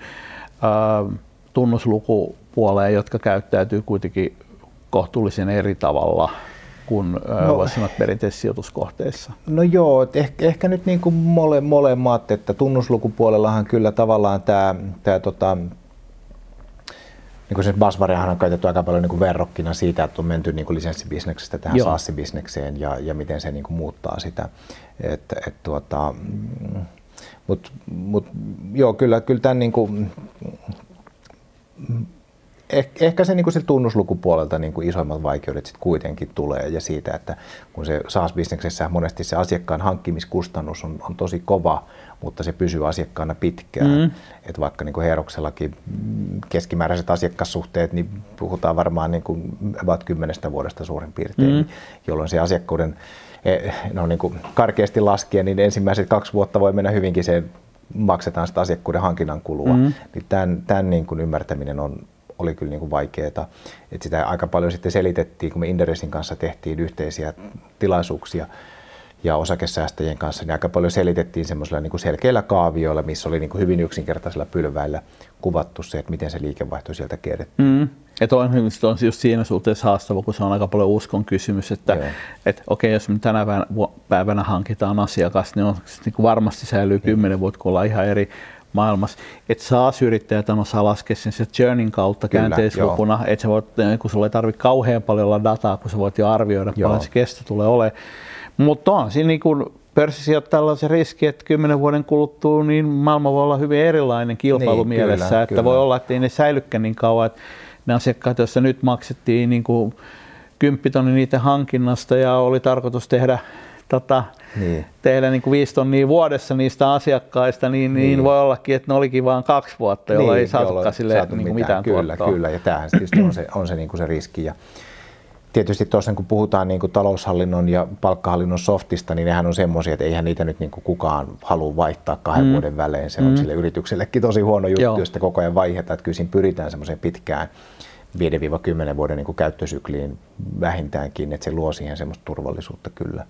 tunnuslukupuoleen, jotka käyttäytyy kuitenkin kohtuullisen eri tavalla kuin voisi sanoa perinteisissä sijoituskohteissa? No joo, ehkä nyt niin kuin molemmat, että tunnuslukupuolellahan kyllä tavallaan tämä niin kuin se BuzzWordiahan on käytetty aika paljon niin kuin verrokkina siitä, että on menty niin kuin lisenssibisneksestä tähän SaaS-bisnekseen ja miten se niin kuin muuttaa sitä. Mut joo, kyllä tämän niin kuin, ehkä se, niin kuin tunnuslukupuolelta niin kuin isoimmat vaikeudet sit kuitenkin tulee ja siitä, että kun se SaaS-bisneksessä monesti se asiakkaan hankkimiskustannus on tosi kova, mutta se pysyy asiakkaana pitkään. Et vaikka niin kuin Heeroksellakin keskimääräiset asiakassuhteet, niin puhutaan varmaan niin kuin about 10 vuodesta suurin piirtein, jolloin se asiakkuuden niin kuin karkeasti laskien, niin ensimmäiset 2 vuotta voi mennä hyvinkin, se maksetaan sitä asiakkuuden hankinnan kulua. Niin tämän niin kuin ymmärtäminen oli kyllä niin kuin vaikeaa. Et sitä aika paljon sitten selitettiin, kun me Inderesin kanssa tehtiin yhteisiä tilaisuuksia ja osakesäästäjien kanssa, niin aika paljon selitettiin semmoisilla niin kuin selkeillä kaavioilla, missä oli niin kuin hyvin yksinkertaisilla pylväillä kuvattu se, että miten se liikevaihto sieltä kierrettiin. Että on just siinä suhteessa haastava, kun se on aika paljon uskon kysymys, että okei, jos me tänä päivänä hankitaan asiakas, niin, niin kuin varmasti säilyy 10 vuotta, kun ollaan ihan eri maailmassa. Että SaaS-yrittäjät osaa laskea sen journeyn kautta käänteislukuna, että kun sulla ei tarvitse kauhean paljon olla dataa, kun sä voit jo arvioida, paljon se kesto tulee olemaan. Mutta on siinä niin pörssisijoittajalla se riski, että 10 vuoden kuluttua niin maailma voi olla hyvin erilainen kilpailumielessä. Niin, että voi olla, että ei ne säilykään niin kauan. Että ne asiakkaat, joissa nyt maksettiin niin 10 000 niiden hankinnasta ja oli tarkoitus tehdä niin 5 000 vuodessa niistä asiakkaista, niin voi ollakin, että ne olikin vain 2 vuotta, jolloin ei saatukaan sille niin mitään tuottoa. Kyllä, ja tämähän on se, niin kuin se riski. Ja tietysti tuossa kun puhutaan niin kuin taloushallinnon ja palkkahallinnon softista, niin nehän on semmoisia, että eihän niitä nyt niin kuin kukaan halua vaihtaa 2 vuoden välein. Se on sille yrityksellekin tosi huono juttu, jos sitä koko ajan vaihdetaan. Että kyllä siinä pyritään semmoiseen pitkään 5-10 vuoden niin kuin käyttösykliin vähintäänkin, että se luo siihen semmoista turvallisuutta kyllä.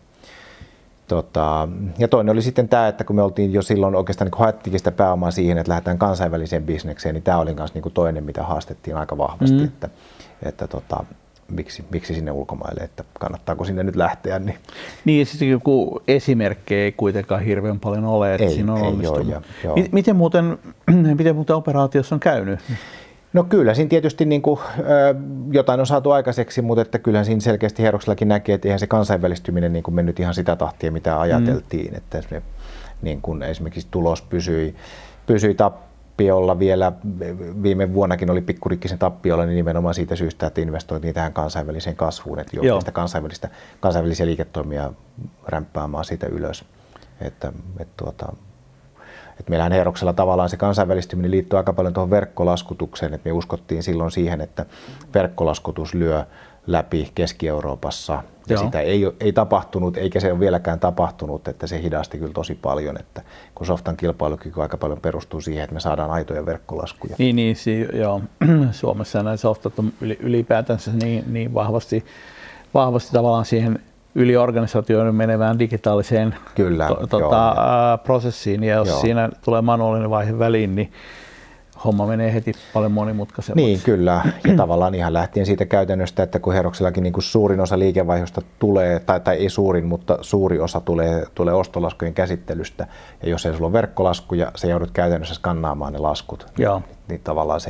Ja toinen oli sitten tämä, että kun me oltiin jo silloin oikeastaan niin haettikin sitä pääomaa siihen, että lähdetään kansainväliseen bisnekseen, niin tämä oli myös niin toinen, mitä haastettiin aika vahvasti, että miksi sinne ulkomaille, että kannattaako sinne nyt lähteä. Niin sitten joku esimerkki ei kuitenkaan hirveän paljon ole, että siinä on onnistunut. Miten muuten operaatiossa on käynyt? No kyllä, siinä tietysti niin kuin, jotain on saatu aikaiseksi, mutta että kyllähän siinä selkeästi Heeroksellakin näkee, että eihän se kansainvälistyminen niin kuin mennyt ihan sitä tahtia, mitä ajateltiin. Että se, niin kuin esimerkiksi tulos pysyi tappiolla vielä, viime vuonnakin oli pikkurikkisen tappiolla, niin nimenomaan siitä syystä, että investoitiin tähän kansainväliseen kasvuun, että joutui sitä kansainvälisiä liiketoimia rämpäämään siitä ylös. Että meillähän Heeroksella tavallaan se kansainvälistyminen liittyy aika paljon tuohon verkkolaskutukseen, että me uskottiin silloin siihen, että verkkolaskutus lyö läpi Keski-Euroopassa ja sitä ei tapahtunut, eikä se ole vieläkään tapahtunut, että se hidasti kyllä tosi paljon, että kun softan kilpailukyky aika paljon perustuu siihen, että me saadaan aitoja verkkolaskuja. Joo. Suomessa nämä softat on ylipäätänsä niin vahvasti tavallaan siihen yliorganisaatioiden menevään digitaaliseen prosessiin, ja jos siinä tulee manuaalinen vaihe väliin, niin homma menee heti paljon monimutkaisemmaksi. Niin, kyllä. Ja tavallaan ihan lähtien siitä käytännöstä, että kun Heeroksellakin niin kuin suurin osa liikevaihdosta tulee, tai ei suurin, mutta suuri osa tulee ostolaskujen käsittelystä, ja jos ei sulla ole verkkolaskuja, sä joudut käytännössä skannaamaan ne laskut. Niin tavallaan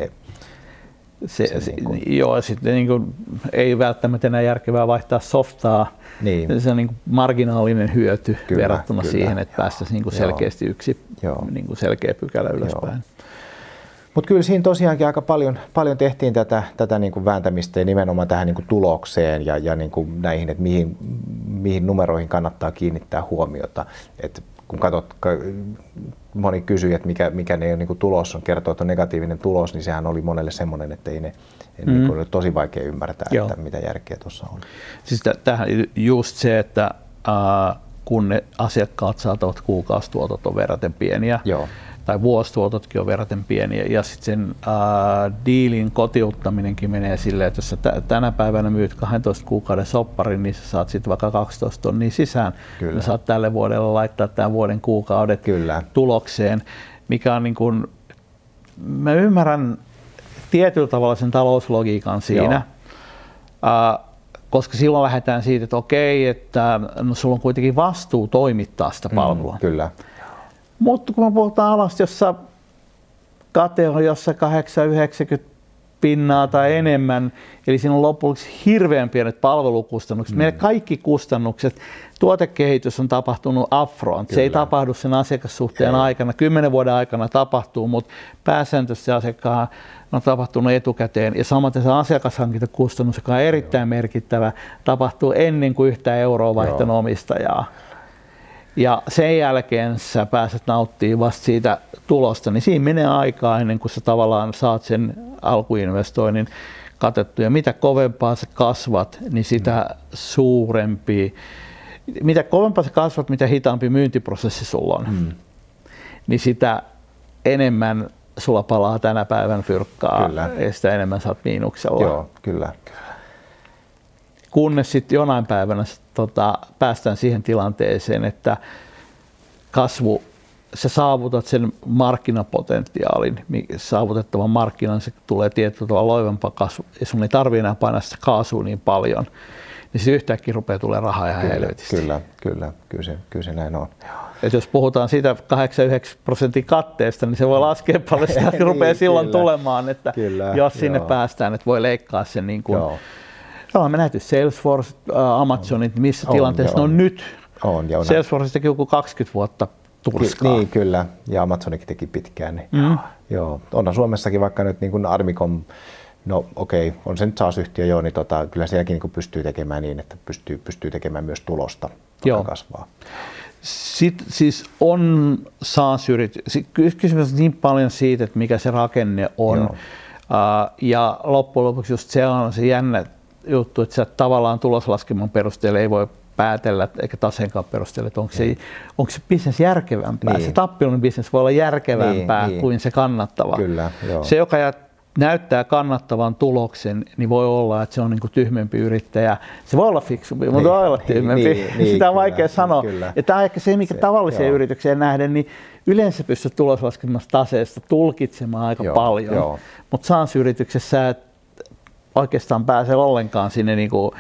sitten niin kuin, ei välttämättä enää järkevää vaihtaa softaa. Niin. Se on niin kuin marginaalinen hyöty verrattuna siihen, että päästäisiin niin kuin selkeästi yksi niin kuin selkeä pykälä ylöspäin. Mutta kyllä siinä tosiaankin aika paljon tehtiin tätä niin kuin vääntämistä ja nimenomaan tähän niin kuin tulokseen ja niin kuin näihin, että mihin numeroihin kannattaa kiinnittää huomiota. Et kun katsot, moni kysyy, että mikä ne niin kuin tulos on, kertoo, että on negatiivinen tulos, niin sehän oli monelle semmoinen, että ei ne niin oli tosi vaikea ymmärtää, että mitä järkeä tuossa on. Siis tähän just se, että kun ne asiakkaat saattavat kuukausituotot on verraten pieniä, tai vuosituototkin on verraten pieniä, ja sitten sen diilin kotiuttaminenkin menee silleen, että jos sä tänä päivänä myyt 12 kuukauden sopparin, niin sä saat sitten vaikka 12 tonnia sisään, ja saat tälle vuodelle laittaa tämän vuoden kuukaudet tulokseen, mikä on niin kuin, mä ymmärrän tietyllä tavalla sen talouslogiikan siinä, koska silloin lähdetään siitä, että okei, että no, sulla on kuitenkin vastuu toimittaa sitä palvelua. Kyllä. Mutta kun me puhutaan alasta, jossa kate on jossain 8-90 pinnaa tai enemmän, eli siinä on lopuksi hirveän pienet palvelukustannukset. Meidän kaikki kustannukset, tuotekehitys on tapahtunut upfront. Se ei tapahdu sen asiakassuhteen aikana. 10 vuoden aikana tapahtuu, mutta pääsääntöisesti asiakkaan on tapahtunut etukäteen. Ja samaten se asiakashankintakustannus, joka on erittäin merkittävä, tapahtuu ennen kuin yhtään euroa vaihtanut omistajaa. Ja sen jälkeen sä pääset nauttimaan vasta siitä tulosta, niin siinä menee aikaa ennen kuin sä tavallaan saat sen alkuinvestoinnin katettua. Ja mitä kovempaa sä kasvat, niin sitä suurempi, mitä kovempaa sä kasvat, mitä hitaampi myyntiprosessi sulla on, niin sitä enemmän sulla palaa tänä päivän fyrkkaa ja sitä enemmän sä oot miinuksella. Joo, kyllä. Kunnes sitten jonain päivänä päästään siihen tilanteeseen, että sä saavutat sen markkinapotentiaalin, saavutettavan markkinan, se tulee tietyllä tavalla loivempaa kasvu, ja sun ei tarvitse enää painaa sitä kaasua niin paljon, niin se yhtäkkiä rupeaa tulemaan rahaa ihan helvetisti. Kyllä se näin on. Et jos puhutaan siitä 8-9% katteesta, niin se voi laskea paljon, sitä rupeaa silloin tulemaan, että jos sinne päästään, että voi leikkaa sen niin kuin. Me nähty Salesforce, Amazonit, missä tilanteessa ne on nyt. Salesforce teki joku 20 vuotta turskaa. Niin, kyllä. Ja Amazonikin teki pitkään. Niin. Joo. Onhan Suomessakin vaikka nyt niin kuin Armicom, no okei, on se nyt SaaS-yhtiö niin kyllä sielläkin niin kuin pystyy tekemään niin, että pystyy tekemään myös tulosta, joka kasvaa. Sitten siis on SaaS-yritys. Kysymys on niin paljon siitä, että mikä se rakenne on. Ja loppujen lopuksi just se on se jännä juttu, että sä tavallaan tuloslaskelman perusteella ei voi päätellä, eikä taseenkaan perusteella, että onko se business järkevämpää. Se tappiollinen business voi olla järkevämpää kuin se kannattava. Kyllä, se, joka näyttää kannattavan tuloksen, niin voi olla, että se on niin kuin tyhmempi yrittäjä. Se voi olla fiksumpi, mutta voi olla tyhmempi. Sitä on vaikea sanoa. Ja tämä on ehkä se, mikä tavalliseen yritykseen nähden, niin yleensä pystyy tuloslaskelmasta taseesta tulkitsemaan aika paljon. Mutta SaaS-yrityksessä et oikeastaan pääse ollenkaan sinne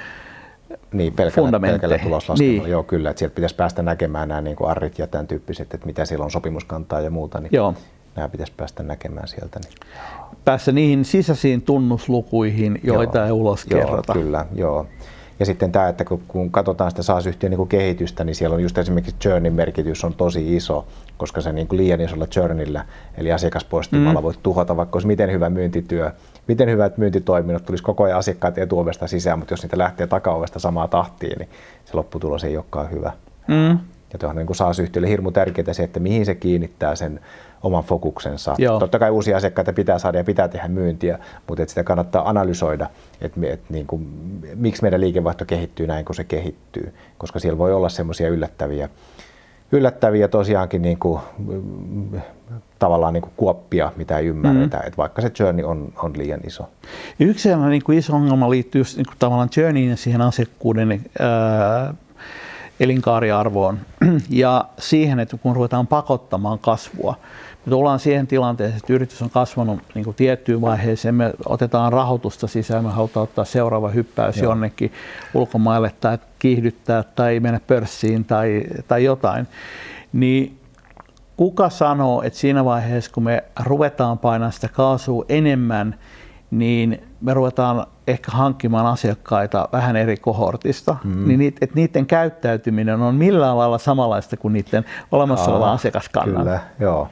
pelkällä tuloslaskemalla. Joo, kyllä. Että sieltä pitäisi päästä näkemään nämä niin kuin arrit ja tämän tyyppiset, että mitä siellä on sopimuskantaa ja muuta. Niin nämä pitäisi päästä näkemään sieltä. Niin. Päässä niihin sisäisiin tunnuslukuihin, joita ei ulos kerrota. Kyllä, joo. Ja sitten tämä, että kun katsotaan sitä SaaS-yhtiön niin kehitystä, niin siellä on just esimerkiksi churnin merkitys on tosi iso, koska se niin kuin liian isolla churnillä, eli asiakaspoistumalla voit tuhota vaikka olisi miten hyvä myyntityö, miten hyvät myyntitoiminnot, tulisi koko ajan asiakkaat etuovesta sisään, mutta jos niitä lähtee takaovesta samaa tahtiin, niin se lopputulos ei olekaan hyvä. Ja tuohon niin kuin SaaS-yhtiölle hirmu tärkeää se, että mihin se kiinnittää sen oman fokuksensa. Totta kai uusia asiakkaita pitää saada ja pitää tehdä myyntiä, mutta sitä kannattaa analysoida, että niin kuin, miksi meidän liikevaihto kehittyy näin kuin se kehittyy, koska siellä voi olla semmoisia yllättäviä tosiaankin niin kuin, tavallaan niin kuin kuoppia, mitä ei ymmärretä, että vaikka se journey on liian iso. Yksi niin kuin iso ongelma liittyy just, niin kuin tavallaan journeyin ja siihen asiakkuuden elinkaariarvoon ja siihen, että kun ruvetaan pakottamaan kasvua, me tullaan siihen tilanteeseen, että yritys on kasvanut niin kuin tiettyyn vaiheeseen, me otetaan rahoitusta sisään, me halutaan ottaa seuraava hyppäys jonnekin ulkomaille tai kiihdyttää tai mennä pörssiin tai jotain, niin kuka sanoo, että siinä vaiheessa, kun me ruvetaan painamaan sitä kaasua enemmän, niin me ruvetaan ehkä hankkimaan asiakkaita vähän eri kohortista, niin että niiden käyttäytyminen on millään lailla samanlaista kuin niiden olemassa olevan asiakaskannan. Kyllä, joo.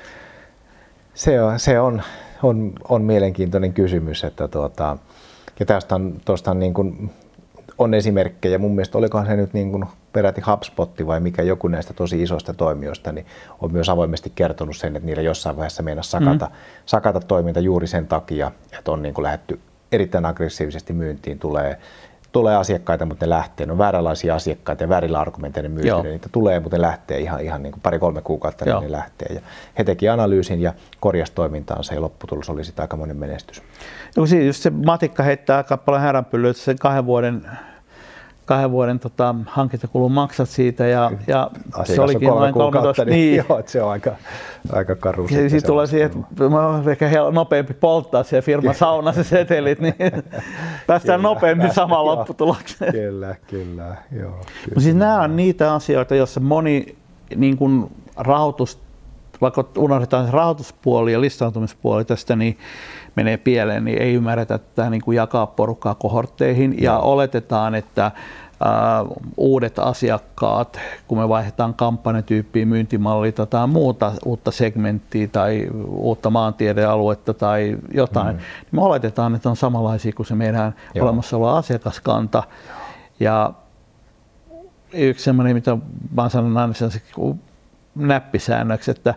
Se on mielenkiintoinen kysymys, että ja tuosta on niin kuin on esimerkkejä. Mun mielestä olikohan se nyt niin kuin peräti HubSpot vai mikä joku näistä tosi isoista toimijoista, niin on myös avoimesti kertonut sen, että niillä jossain vaiheessa meinasi sakata toiminta juuri sen takia, että on niin kuin lähdetty erittäin aggressiivisesti myyntiin, tulee asiakkaita, mutta ne lähtee. Ne on vääränlaisia asiakkaita ja väärillä argumenteilla myyty. Niitä tulee, mutta ne lähtee ihan niin kuin 2-3 kuukautta, niin ne lähtee. Ja he teki analyysin ja korjasi toimintaansa ja lopputulos oli sitten aikamoinen menestys. No, siis just se matikka heittää aika paljon häränpyllyä, että sen 2 vuoden hankintakulun maksat siitä ja se olikin noin 13. Niin. Joo, se on aika karu. Ja siitä tulee siihen, että on ehkä nopeampi polttaa siellä firman saunassa setelit, niin päästään nopeammin samaan lopputulokseen. Kyllä. Joo, siis nämä on niitä asioita, joissa moni niin kuin rahoitus, vaikka unohdetaan se rahoituspuoli ja listautumispuoli tästä, niin menee pieleen, niin ei ymmärretä tätä niin kuin jakaa porukkaa kohortteihin ja oletetaan, että uudet asiakkaat, kun me vaihdetaan kampanjatyyppiä, myyntimallia tai muuta uutta segmenttiä tai uutta maantiedealuetta tai jotain, niin me oletetaan, että on samanlaisia kuin se meidän olemassa oleva asiakaskanta. Ja yksi sellainen, mitä mä sanon aina näppisäännöksi, että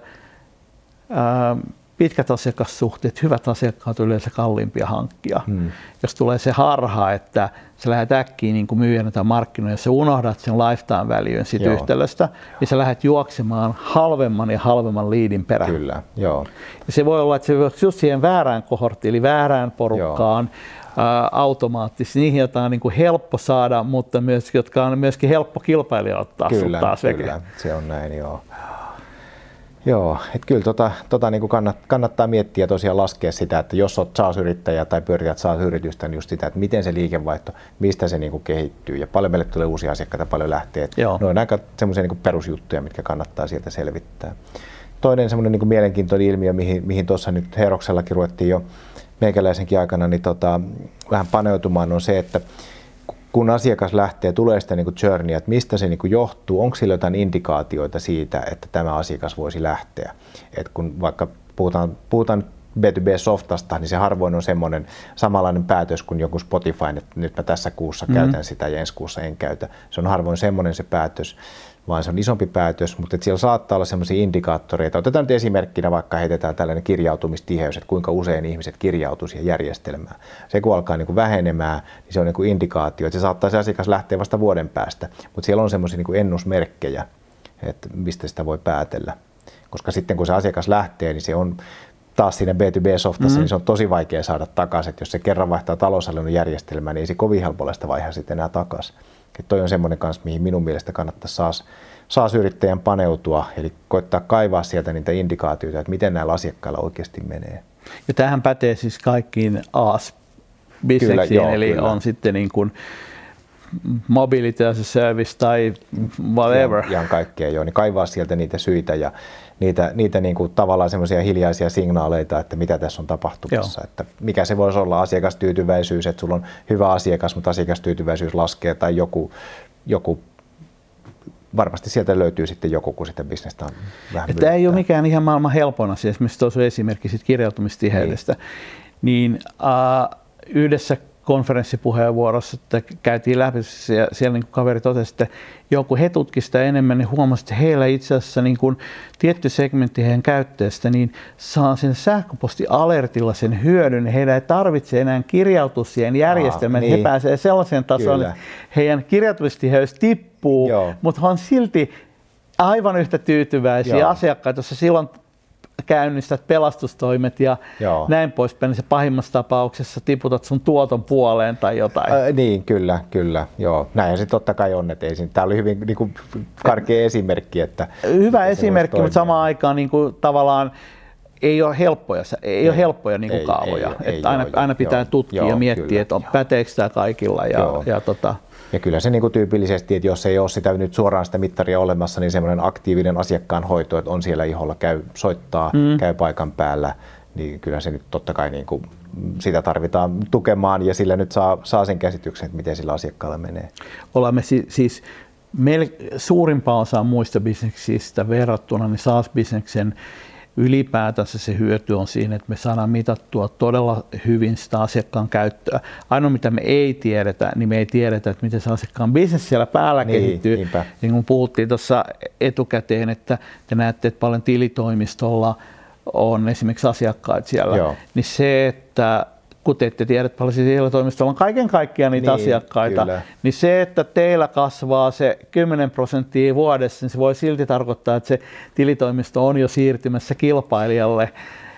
pitkät asiakassuhteet, hyvät asiakkaat on yleensä kalliimpia hankkia. Jos tulee se harha, että sä lähdet äkkiä niin kuin myyjänä tai markkinoilla, jos sä unohdat sen lifetime valueen siitä yhtälöstä, niin sä lähdet juoksemaan halvemman ja halvemman liidin perään. Kyllä, joo. Ja se voi olla, että se just siihen väärään kohorttiin, eli väärään porukkaan automaattisesti, niihin, joita on niin kuin helppo saada, mutta myös, jotka on myöskin helppo kilpailija ottaa kyllä, taas kyllä, se on näin, joo. Joo, että kyllä niin kuin kannattaa miettiä tosiaan laskea sitä, että jos olet SaaS-yrittäjä tai pyörität SaaS-yritystä, niin just sitä, että miten se liikevaihto, mistä se niin kuin kehittyy ja paljon meille tulee uusia asiakkaita, paljon lähtee. Ne on aika semmoisia niin kuin perusjuttuja, mitkä kannattaa sieltä selvittää. Toinen semmoinen niin kuin mielenkiintoinen ilmiö, mihin tuossa nyt Heroksellakin ruvettiin jo meikäläisenkin aikana niin vähän paneutumaan, on se, että kun asiakas lähtee, tulee sitä niin journeyä, että mistä se niin johtuu, onko sillä jotain indikaatioita siitä, että tämä asiakas voisi lähteä. Et kun vaikka puhutaan B2B-softasta, niin se harvoin on semmoinen samanlainen päätös kuin joku Spotify, että nyt mä tässä kuussa käytän sitä ja ensi kuussa en käytä. Se on harvoin semmoinen se päätös, vaan se on isompi päätös, mutta siellä saattaa olla semmoisia indikaattoreita. Otetaan nyt esimerkkinä, vaikka heitetään tällainen kirjautumistiheys, että kuinka usein ihmiset kirjautuu siihen järjestelmään. Se kun alkaa niin kuin vähenemään, niin se on niin kuin indikaatio, että se saattaa se asiakas lähteä vasta vuoden päästä, mutta siellä on semmoisia niin kuin ennusmerkkejä, että mistä sitä voi päätellä. Koska sitten kun se asiakas lähtee, niin se on taas siinä B2B-softassa, niin se on tosi vaikea saada takaisin. Että jos se kerran vaihtaa taloushallinnon järjestelmää, niin ei se kovin helpolla sitä vaihtaa sitten enää takaisin. Toi on semmoinen kanssa, mihin minun mielestä kannattaisi SaaS-yrittäjän paneutua, eli koittaa kaivaa sieltä niitä indikaatioita, että miten näillä asiakkailla oikeasti menee. Ja tämähän pätee siis kaikkiin AAS-bisneksiin, eli kyllä. On sitten niin kuin mobility as a service tai whatever. Ihan kaikkea joo, niin kaivaa sieltä niitä syitä ja niitä niin kuin tavallaan semmoisia hiljaisia signaaleita, että mitä tässä on tapahtumassa. Että mikä se voisi olla asiakastyytyväisyys, että sulla on hyvä asiakas, mutta asiakastyytyväisyys laskee tai joku varmasti sieltä löytyy sitten joku, kun sitä bisnestä on vähän Tämä ei ole mikään ihan maailman helpon asia. Esimerkiksi tuossa esimerkki siitä kirjautumistiheydestä. Niin yhdessä konferenssipuheenvuorossa, että käytiin läpi, siellä niin kuin kaveri totesi, että joku he tutkivat sitä enemmän, niin huomasi, että heillä itse asiassa niin kuin tietty segmentti heidän käyttäjästä niin saa sen sähköpostialertilla sen hyödyn. Heidän ei tarvitse enää kirjautua siihen järjestelmään, niin. He pääsevät sellaiseen tasoon, että heidän kirjautumistiheys tippuu, mutta on silti aivan yhtä tyytyväisiä asiakkaita, jossa silloin käynnistät pelastustoimet ja näin poispäin, niin se pahimmassa tapauksessa tiputat sun tuoton puoleen tai jotain. Niin, kyllä, joo. Näin se totta kai on, että tämä oli hyvin niin kuin karkea esimerkki. Että hyvä esimerkki, mutta samaan aikaan niin kuin, tavallaan ei ole helppoja niin kuin kaavoja. Aina pitää tutkia ja miettiä, että päteekö tämä kaikilla. Ja kyllä se niin kuin tyypillisesti, että jos ei ole sitä nyt suoraan sitä mittaria olemassa, niin semmoinen aktiivinen asiakkaan hoito, että on siellä iholla, soittaa, käy paikan päällä, niin kyllä se nyt totta kai niin kuin sitä tarvitaan tukemaan ja sillä nyt saa sen käsityksen, että miten sillä asiakkaalla menee. Olemme siis suurimpaan osaan muista bisneksistä verrattuna niin SaaS-bisneksen ylipäätänsä se hyöty on siinä, että me saadaan mitattua todella hyvin sitä asiakkaan käyttöä. Ainoa mitä me ei tiedetä, niin me ei tiedetä, että miten se asiakkaan bisnes siellä päällä kehittyy. Niin kuin puhuttiin tuossa etukäteen, että te näette, että paljon tilitoimistolla on esimerkiksi asiakkaita siellä. Niin se, että kun te ette tiedä, paljon tilitoimistolla on kaiken kaikkiaan niitä asiakkaita, kyllä. Niin se, että teillä kasvaa se 10% vuodessa, niin se voi silti tarkoittaa, että se tilitoimisto on jo siirtymässä kilpailijalle.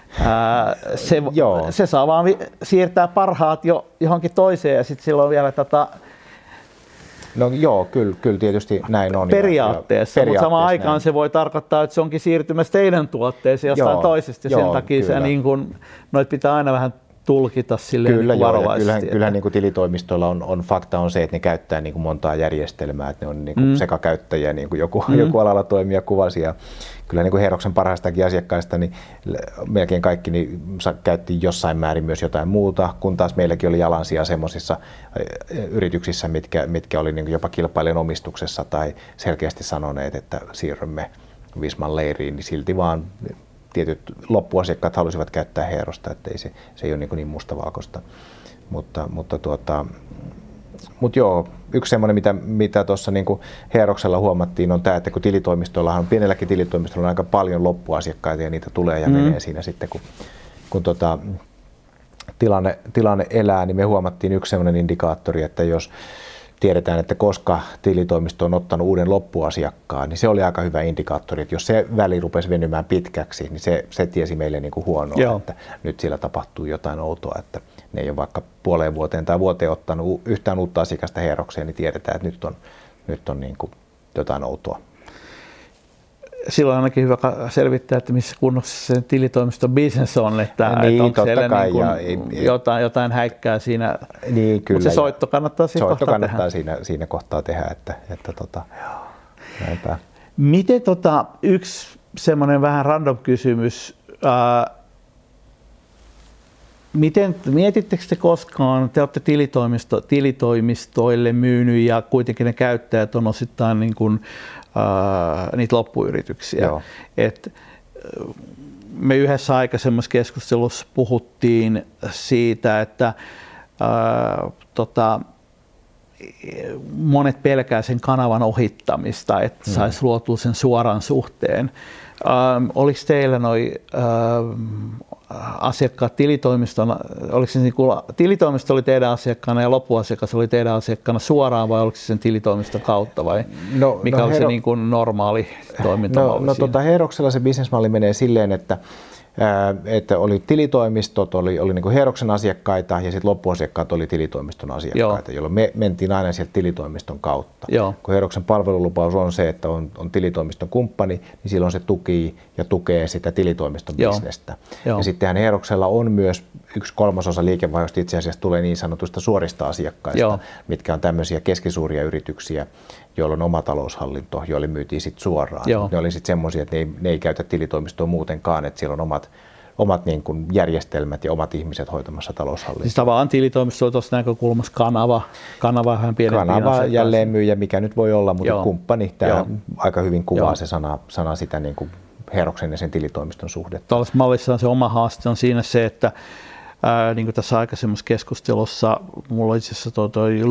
Se saa vaan siirtää parhaat jo johonkin toiseen ja sitten silloin vielä No joo, kyllä tietysti näin on. Periaatteessa, mutta samaan aikaan näin. Se voi tarkoittaa, että se onkin siirtymässä teidän tuotteeseen jostain toisesta ja sen takia se niin kuin, noit pitää aina vähän tulkita silleen kyllä, niin varovaisesti. Kyllähän niin kuin tilitoimistoilla on fakta on se, että ne käyttää niin kuin montaa järjestelmää, että ne on niin kuin sekakäyttäjiä, niin kuin joku alalla toimija kuvasi. Ja kyllä niin kuin Heeroksen parhaistakin asiakkaista, niin melkein kaikki niin käytti jossain määrin myös jotain muuta, kun taas meilläkin oli jalansija semmoisissa yrityksissä, mitkä oli niin kuin jopa kilpailijan omistuksessa tai selkeästi sanoneet, että siirrymme Visman leiriin, niin silti vaan tietyt loppuasiakkaat halusivat käyttää Heerosta, että se ei ole niin mustavalkoista. Mutta joo, yksi semmoinen, mitä tuossa niin Heeroksella huomattiin, on tämä, että kun tilitoimistoillahan, pienelläkin tilitoimistolla on aika paljon loppuasiakkaita ja niitä tulee ja menee siinä sitten, kun tilanne elää, niin me huomattiin yksi semmoinen indikaattori, että jos tiedetään, että koska tilitoimisto on ottanut uuden loppuasiakkaan, niin se oli aika hyvä indikaattori, että jos se väli rupesi venymään pitkäksi, niin se tiesi meille niin kuin huonoa, että nyt siellä tapahtuu jotain outoa, että ne ei ole vaikka puoleen vuoteen tai vuoteen ottanut yhtään uutta asiakasta Heerokseen, niin tiedetään, että nyt on niin kuin jotain outoa. Silloin on ainakin hyvä selvittää, että missä kunnossa se tilitoimiston business on, että onko siellä niin jotain häikkää siinä, niin, kyllä, mutta se soitto kannattaa siinä kohtaa tehdä, että näinpä. Miten yksi semmoinen vähän random kysymys, mietittekö te koskaan, te olette tilitoimistoille myynyt ja kuitenkin ne käyttäjät on osittain niin kuin, niitä loppuyrityksiä. Me yhdessä aikaisemmassa keskustelussa puhuttiin siitä, että monet pelkää sen kanavan ohittamista, että saisi luotua sen suoran suhteen. Oliko teillä asiakkaat tilitoimiston, oliko se tilitoimisto oli teidän asiakkaana ja loppuasiakas oli teidän asiakkaana suoraan vai oliko se sen tilitoimiston kautta vai mikä oli se niin kuin normaali toimintamalli? Heeroksella se bisnesmalli menee silleen, että oli tilitoimistot, oli niin kuin Heeroksen asiakkaita ja sitten loppuasiakkaat oli tilitoimiston asiakkaita, jolloin me mentiin aina sieltä tilitoimiston kautta. Kun Heeroksen palvelulupaus on se, että on tilitoimiston kumppani, niin silloin se tukee sitä tilitoimiston bisnestä. Ja sittenhän Heeroksella on myös 1/3 liikevaihdosta itse asiassa tulee niin sanotuista suorista asiakkaista, mitkä on tämmöisiä keskisuuria yrityksiä, joilla on oma taloushallinto, joille myytiin sitten suoraan. Ne oli sitten semmoisia, että ne ei käytä tilitoimistoa muutenkaan, että siellä on omat niin kuin järjestelmät ja omat ihmiset hoitamassa taloushallintoa. Siis tavallaan tilitoimisto on tuossa näkökulmassa kanava vähän pienempi. Kanava jälleenmyyjä, mikä nyt voi olla, mutta kumppani, tämä aika hyvin kuvaa se sana sitä niin kuin Heeroksen ja sen tilitoimiston suhdetta. Tuollaisessa mallissa on se oma haaste on siinä se, että niin kuin tässä aikaisemmassa keskustelussa, mulla itse asiassa toi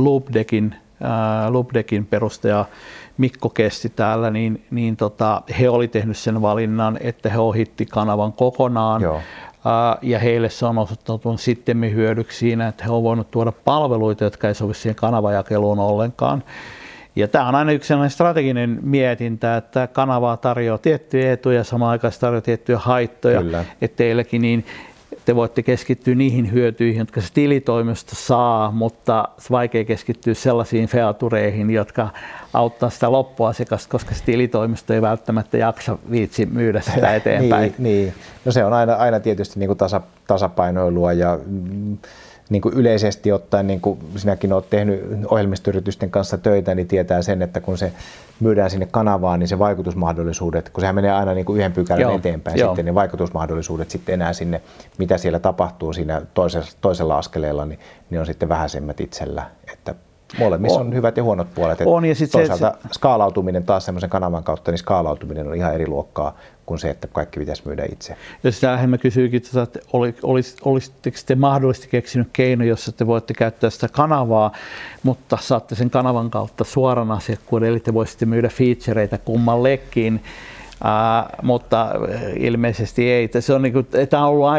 Loopdeckin perustaja Mikko Kesti täällä, niin he oli tehnyt sen valinnan, että he ohitti kanavan kokonaan. Ja heille se on osoittautunut sittemmin hyödyksi siinä, että he on voinut tuoda palveluita, jotka ei sovi siihen kanavajakeluun ollenkaan. Ja tämä on aina yksi sellainen strateginen mietintä, että kanavaa tarjoaa tiettyjä etuja ja samaan aikaan tarjoaa tiettyjä haittoja. Että teilläkin niin te voitte keskittyä niihin hyötyihin, jotka se tilitoimisto saa, mutta se vaikea keskittyä sellaisiin featureihin, jotka auttaa sitä loppuasiakasta, koska se tilitoimisto ei välttämättä jaksa viitsi myydä sitä eteenpäin. Niin. No se on aina tietysti niin kuin tasapainoilua ja niin kuin yleisesti ottaen, niin kuin sinäkin olet tehnyt ohjelmistoyritysten kanssa töitä, niin tietää sen, että kun se myydään sinne kanavaan, niin se vaikutusmahdollisuudet, kun sehän menee aina niin kuin yhden pykälän eteenpäin, sitten ne vaikutusmahdollisuudet sitten enää sinne, mitä siellä tapahtuu siinä toisella askeleella, niin on sitten vähäisemmät itsellä. Että molemmissa on hyvät ja huonot puolet. Ja toisaalta skaalautuminen taas semmoisen kanavan kautta, niin skaalautuminen on ihan eri luokkaa kuin se, että kaikki pitäisi myydä itse. Ja sitähän mä kysyikin, että olisitteko te mahdollisesti keksinyt keino, jossa te voitte käyttää sitä kanavaa, mutta saatte sen kanavan kautta suoran asiakkuuden, eli te voisitte myydä featureita kummallekin, mutta ilmeisesti ei. Tämä on ollut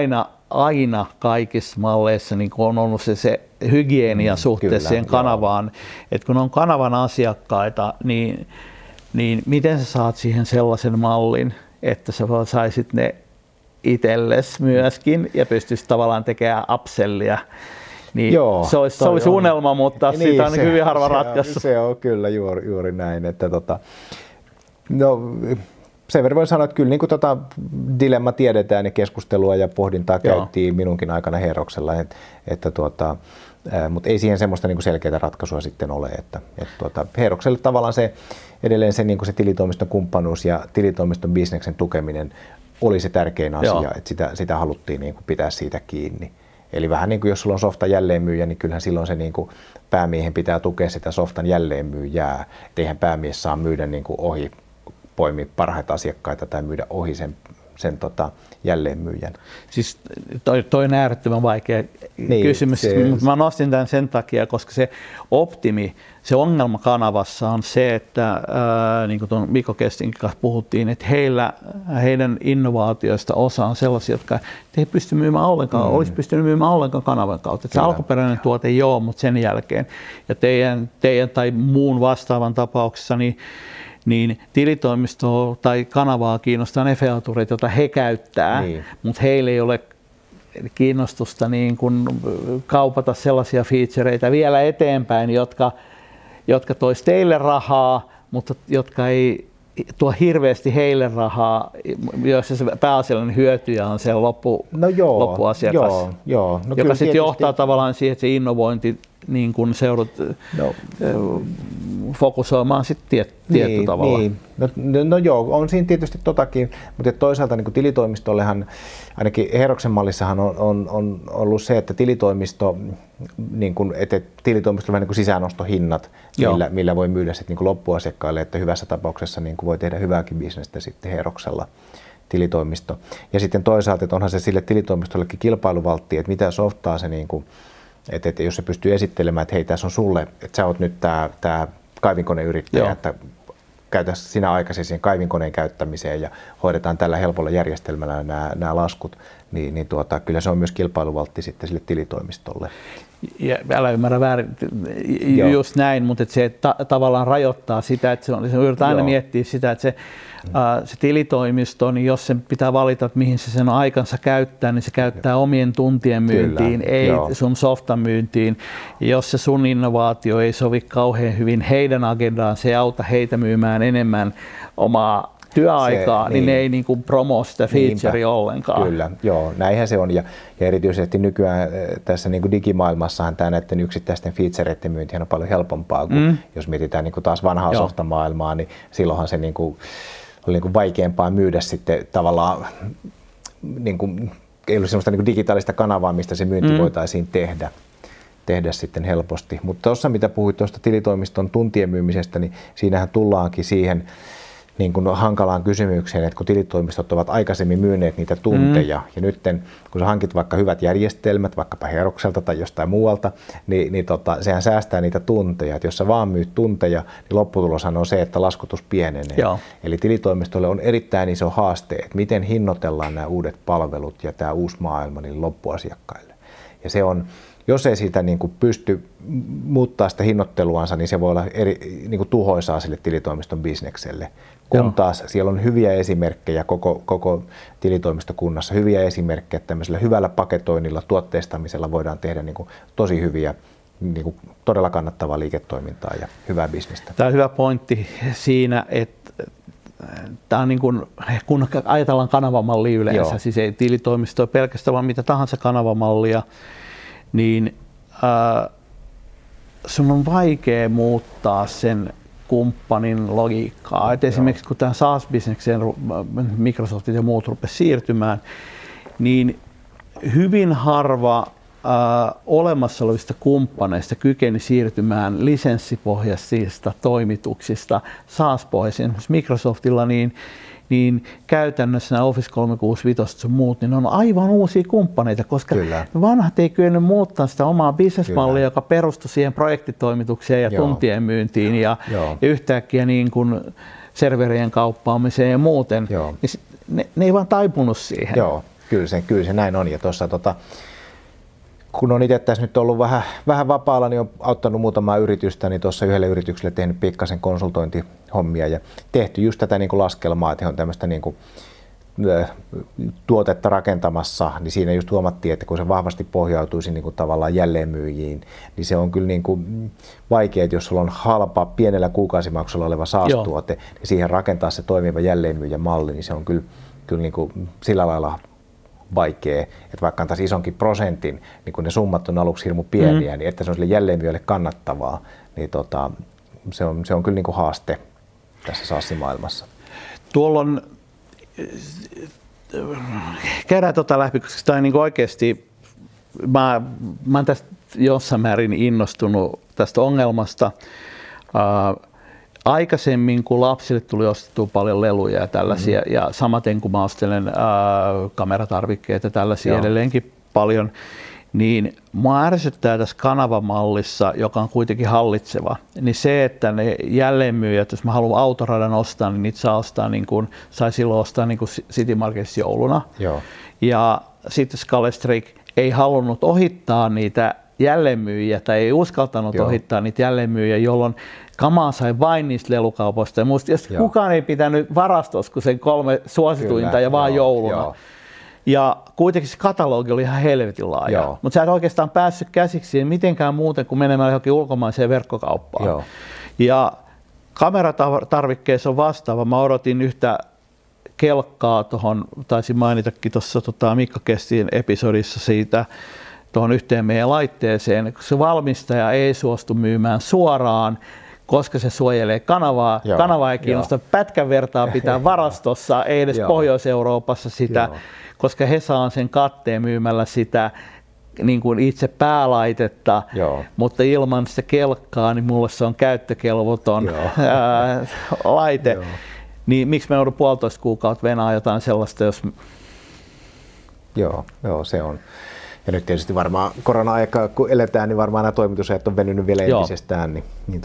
aina kaikissa malleissa niin on ollut se hygienia suhteessa siihen kanavaan. Että kun on kanavan asiakkaita, niin miten sä saat siihen sellaisen mallin, että sä saisit ne itsellesi myöskin ja pystyisit tavallaan tekemään upsellia. Niin joo, se olisi unelma, mutta niin, siitä on niin hyvin harva ratkaisu. Se on kyllä juuri näin. Että no, sen verran voin sanoa, että kyllä niin kuin dilemma tiedetään ja keskustelua ja pohdintaa käyttiin minunkin aikana Heeroksella, mutta ei siihen semmoista niin kuin selkeää ratkaisua sitten ole. Heerokselle tavallaan edelleen se, niin kuin se tilitoimiston kumppanuus ja tilitoimiston bisneksen tukeminen oli se tärkein asia, että sitä haluttiin niin kuin pitää siitä kiinni. Eli vähän niin kuin jos sulla on softan jälleenmyyjä, niin kyllähän silloin se niin kuin päämiehen pitää tukea sitä softan jälleenmyyjää. Et eihän päämies saa myydä niin kuin ohi, poimia parhaita asiakkaita tai myydä ohi sen jälleenmyyjän. Siis toi on äärettömän vaikea kysymys, mutta mä nostin tämän sen takia, koska se optimi, se ongelma kanavassa on se, että niin kuin tuon Mikko Kestin kanssa puhuttiin, että heidän innovaatioista osa on sellaisia, jotka ei pysty myymään ollenkaan, olisi pystynyt myymään ollenkaan kanavan kautta. Se alkuperäinen tuote joo, mutta sen jälkeen. Ja teidän tai muun vastaavan tapauksessa, niin tilitoimistoa tai kanavaa kiinnostaa ne featuret, joita he käyttää, mutta heillä ei ole kiinnostusta niin kuin kaupata sellaisia featureita vielä eteenpäin, jotka tois teille rahaa, mutta jotka ei tuo hirveästi heille rahaa, joissa se pääasiallinen hyötyjä on se loppuasiakas, no, joka sitten johtaa tavallaan siihen, että se innovointi niin kun seudut fokusoimaan sitten tietty tavalla. Niin. No joo, on siinä tietysti totakin, mutta toisaalta niin tilitoimistollehan, ainakin Heeroksen mallissahan on ollut se, että tilitoimisto, niin kuin, että tilitoimistolla on niin kuin sisäänostohinnat, millä voi myydä sitten niin loppuasiakkaille, että hyvässä tapauksessa niin kuin voi tehdä hyvääkin bisnestä sitten Heeroksella tilitoimisto. Ja sitten toisaalta, että onhan se sille tilitoimistollekin kilpailuvaltti, että mitä softaa se niin kuin, että jos se pystyy esittelemään, että hei, tässä on sulle, että sä oot nyt tämä kaivinkoneyrittäjä, että käytä sinä aikaisin siihen kaivinkoneen käyttämiseen ja hoidetaan tällä helpolla järjestelmällä nämä laskut, niin kyllä se on myös kilpailuvaltti sitten sille tilitoimistolle. Ja älä ymmärrä väärin, just näin, mutta se tavallaan rajoittaa sitä, että se yritetään aina miettiä sitä, että se tilitoimisto, niin jos sen pitää valita, että mihin se sen aikansa käyttää, niin se käyttää omien tuntien myyntiin, ei sun softan myyntiin. Ja jos se sun innovaatio ei sovi kauhean hyvin heidän agendaan, se ei auta heitä myymään enemmän omaa työaikaa, niin ne ei niin kuin promo sitä featurea ollenkaan. Kyllä, joo, näinhän se on. Ja erityisesti nykyään tässä niin kuin digimaailmassahan tämä näiden yksittäisten featureiden myynti on paljon helpompaa kuin jos mietitään niin kuin taas vanhaa softamaailmaa, niin silloinhan se niin kuin oli niin kuin vaikeampaa myydä sitten tavallaan, niin kuin, ei ollut sellaista niin kuin digitaalista kanavaa, mistä se myynti voitaisiin tehdä sitten helposti. Mutta tuossa mitä puhuit tuosta tilitoimiston tuntien myymisestä, niin siinähän tullaankin siihen niin kuin hankalaan kysymykseen, että kun tilitoimistot ovat aikaisemmin myyneet niitä tunteja ja nyt kun sä hankit vaikka hyvät järjestelmät, vaikkapa Heerokselta tai jostain muualta, niin sehän säästää niitä tunteja. Että jos sä vaan myyt tunteja, niin lopputuloshan on se, että laskutus pienenee. Eli tilitoimistolle on erittäin iso haaste, että miten hinnoitellaan nämä uudet palvelut ja tämä uusi maailma niille loppuasiakkaille. Ja se on, jos ei siitä niin kuin pysty muuttaa sitä hinnoitteluansa, niin se voi olla niin kuin tuhoisaa sille tilitoimiston bisnekselle. Kun taas siellä on hyviä esimerkkejä koko tilitoimistokunnassa, hyviä esimerkkejä, että tämmöisellä hyvällä paketoinnilla, tuotteistamisella voidaan tehdä niin kuin tosi hyviä, niin kuin todella kannattavaa liiketoimintaa ja hyvää bisnestä. Tämä on hyvä pointti siinä, että tämä on niin kuin, kun ajatellaan kanavamallia yleensä, siis ei tilitoimisto pelkästään vaan mitä tahansa kanavamallia, niin sun on vaikea muuttaa sen kumppanin logiikkaa. Et esimerkiksi kun tämä SaaS-bisnekseen Microsoftit ja muut rupesivat siirtymään, niin hyvin harva olemassa olevista kumppaneista kykeni siirtymään lisenssipohjaisista toimituksista SaaS-pohjaisiin. Esimerkiksi Microsoftilla niin käytännössä nämä Office 365 ja muut, niin ne on aivan uusia kumppaneita, koska vanhat ei kyennyt muuttaa sitä omaa bisnesmallia, joka perustui siihen projektitoimitukseen ja tuntien myyntiin ja yhtäkkiä niin kuin serverien kauppaamiseen ja muuten. Niin ne ei vaan taipunut siihen. Kyllä se näin on. Ja tuossa kun on itse tässä nyt ollut vähän vapaalla, niin on auttanut muutamaa yritystä, niin tuossa yhdelle yritykselle tehnyt pikkasen konsultointihommia ja tehty just tätä niin kuin laskelmaa, että he on tämmöistä niin kuin tuotetta rakentamassa, niin siinä just huomattiin, että kun se vahvasti pohjautuisi niin kuin tavallaan jälleenmyyjiin, niin se on kyllä niin kuin vaikea, että jos sulla on halpa, pienellä kuukausimaksulla oleva SaaS-tuote, niin siihen rakentaa se toimiva jälleenmyyjämalli, niin se on kyllä niin kuin sillä lailla vaikea, että vaikka antaisi isonkin prosentin, niin kun ne summat on aluksi hirmu pieniä, niin että se on sille jälleenmyyjälle kannattavaa, niin se on kyllä niin kuin haaste tässä SaaS-maailmassa. Tuolla on, käydään läpi, koska tämä on niin oikeasti, mä olen tästä jossain määrin innostunut tästä ongelmasta. Aikaisemmin, kun lapsille tuli ostettua paljon leluja ja tällaisia, ja samaten kun mä ostelen kameratarvikkeita ja tällaisia edelleenkin paljon, niin mua ärsyttää tässä kanavamallissa, joka on kuitenkin hallitseva, niin se, että ne jälleenmyyjät, jos mä haluan autoradan ostaa, niin niitä saa ostaa sai silloin ostaa niin kuin City Marketissa jouluna. Joo. Ja sitten Scalestrik ei halunnut ohittaa niitä jälleenmyyjiä tai ei uskaltanut ohittaa niitä jälleenmyyjiä, jolloin kamaa sai vain niistä lelukaupoista. Ja musta kukaan ei pitänyt varastossa kuin sen 3 suosituinta. Kyllä, ja vaan jouluna. Joo. Ja kuitenkin se katalogi oli ihan helvetin laaja. Mutta sä et oikeastaan päässyt käsiksi mitenkään muuten kuin menemään johonkin ulkomaiseen verkkokauppaan. Joo. Ja kameratarvikkeessa on vastaava. Mä odotin yhtä kelkkaa tuohon, taisin mainitakin tuossa Mikko Kestin episodissa siitä, tuohon yhteen meidän laitteeseen, kun se valmistaja ei suostu myymään suoraan, koska se suojelee kanavaa. Kanava ei kiinnosta pätkän vertaa pitää varastossa, ei edes Pohjois-Euroopassa sitä, koska he saa sen katteen myymällä sitä niin kuin itse päälaitetta, mutta ilman sitä kelkkaa, niin mulle se on käyttökelvoton laite. Niin miksi me joudun 1,5 kuukautta venää jotain sellaista, jos... Joo, se on. Ja nyt tietysti varmaan korona-aikaa, kun eletään, niin varmaan nämä toimitusajat on venynyt vielä entisestään.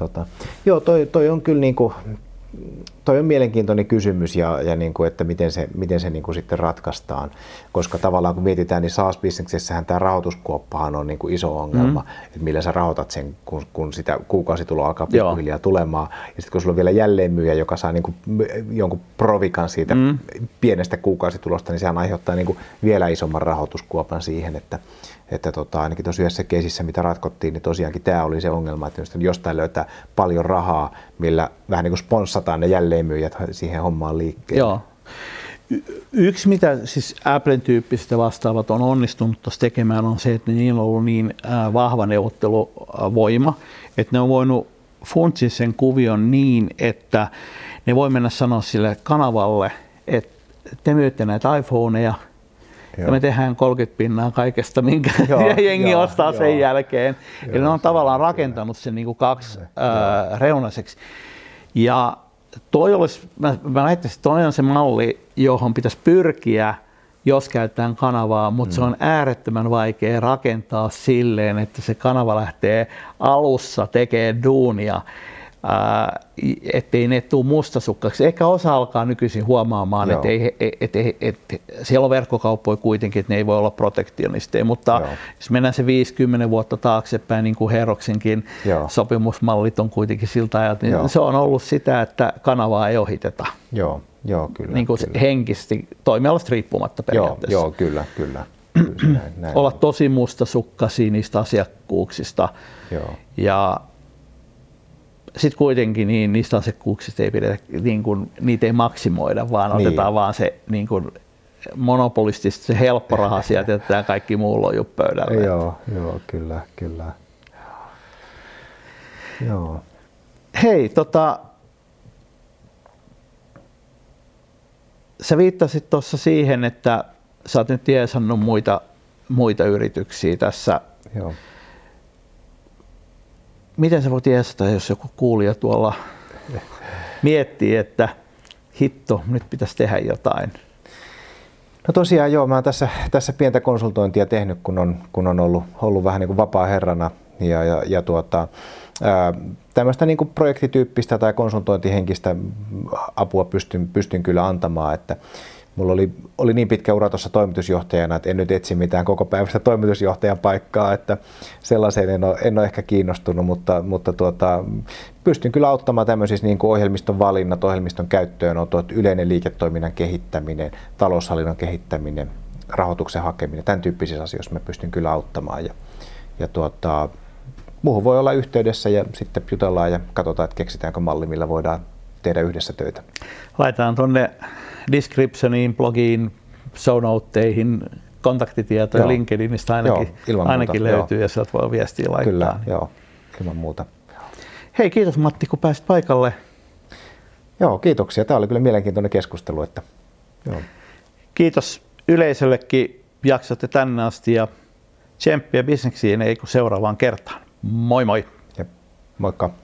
Toi on kyllä niin kuin, toi on mielenkiintoinen kysymys ja niin kuin, että miten se niin kuin sitten ratkaistaan. Koska tavallaan kun mietitään, niin SaaS-bisneksessähän tämä rahoituskuoppahan on niin kuin iso ongelma, että millä sä rahoitat sen, kun sitä kuukausituloa alkaa pikkuhiljaa tulemaan. Ja sitten kun sulla on vielä jälleenmyyjä, joka saa niin kuin jonkun provikan siitä pienestä kuukausitulosta, niin sehän aiheuttaa niin kuin vielä isomman rahoituskuopan siihen, että ainakin tuossa yhdessä keisissä, mitä ratkottiin, niin tosiaankin tämä oli se ongelma, että jostain löytää paljon rahaa, millä vähän niin kuin sponssataan ne jälleenmyyjät siihen hommaan liikkeelle. Joo. Yksi, mitä siis Applen tyyppiset vastaavat on onnistunut tuossa tekemään, on se, että niillä on ollut niin vahva neuvotteluvoima, että ne on voinut funtsia sen kuvion niin, että ne voi mennä sanoa sille kanavalle, että te myytte näitä iPhoneja, ja me tehdään 30% kaikesta, minkä jengi ostaa sen jälkeen. Eli ne on tavallaan rakentanut sen niin kuin kaksireunaiseksi. Ja toi olisi, mä näyttäisin, että toi on se malli, johon pitäisi pyrkiä, jos käytetään kanavaa, mutta se on äärettömän vaikea rakentaa silleen, että se kanava lähtee alussa tekemään duunia, ettei ne tule mustasukkaksi. Ehkä osa alkaa nykyisin huomaamaan, että siellä on verkkokauppoja kuitenkin, että ne ei voi olla protektionisteja, mutta jos mennään se 50 vuotta taaksepäin, niin kuin Heroksenkin sopimusmallit on kuitenkin siltä ajalta, niin se on ollut sitä, että kanavaa ei ohiteta. Joo, kyllä. Niin kuin kyllä. Henkisesti toimialasta riippumatta periaatteessa. Joo, kyllä. Näin. Olla tosi mustasukkaisia niistä asiakkuuksista. Ja sitten kuitenkin niin niistä asiakkuuksista ei pidetä, niin kuin, niitä ei maksimoida, vaan otetaan vaan se niin kuin, monopolistisesti se helppo raha sieltä, jätetään kaikki muu loju pöydälle. Joo, kyllä. Joo. Hei, sä viittasit tuossa siihen, että sä oot nyt jeesannut muita yrityksiä tässä. Joo. Miten sä voit jeesata, jos joku kuulija tuolla miettii, että hitto, nyt pitäisi tehdä jotain? No tosiaan mä oon tässä pientä konsultointia tehnyt, kun on ollut vähän niin kuin vapaa herrana ja tämmöistä niin kuin projektityyppistä tai konsultointihenkistä apua pystyn kyllä antamaan, että mulla oli niin pitkä ura tuossa toimitusjohtajana, että en nyt etsi mitään koko päivästä toimitusjohtajan paikkaa, että sellaiseen en ole ehkä kiinnostunut, mutta pystyn kyllä auttamaan tämmöisissä niin kuin ohjelmiston valinnat, ohjelmiston käyttöönotot, yleinen liiketoiminnan kehittäminen, taloushallinnon kehittäminen, rahoituksen hakeminen, tämän tyyppisissä asioissa mä pystyn kyllä auttamaan. Muuhun voi olla yhteydessä ja sitten jutellaan ja katsotaan, että keksitäänkö malli, millä voidaan tehdä yhdessä töitä. Laitetaan tuonne descriptioniin, blogiin, show noteihin kontaktitietoja LinkedInistä ainakin löytyy ja sieltä voi viestiä laittaa. Kyllä, joo, ilman muuta. Hei, kiitos Matti, kun pääsit paikalle. Joo, kiitoksia. Tämä oli kyllä mielenkiintoinen keskustelu. Joo. Kiitos yleisöllekin, jaksoitte tänne asti ja tsemppiä bisneksiin, ei kun seuraavaan kertaan. Moi moi! Ja moikka!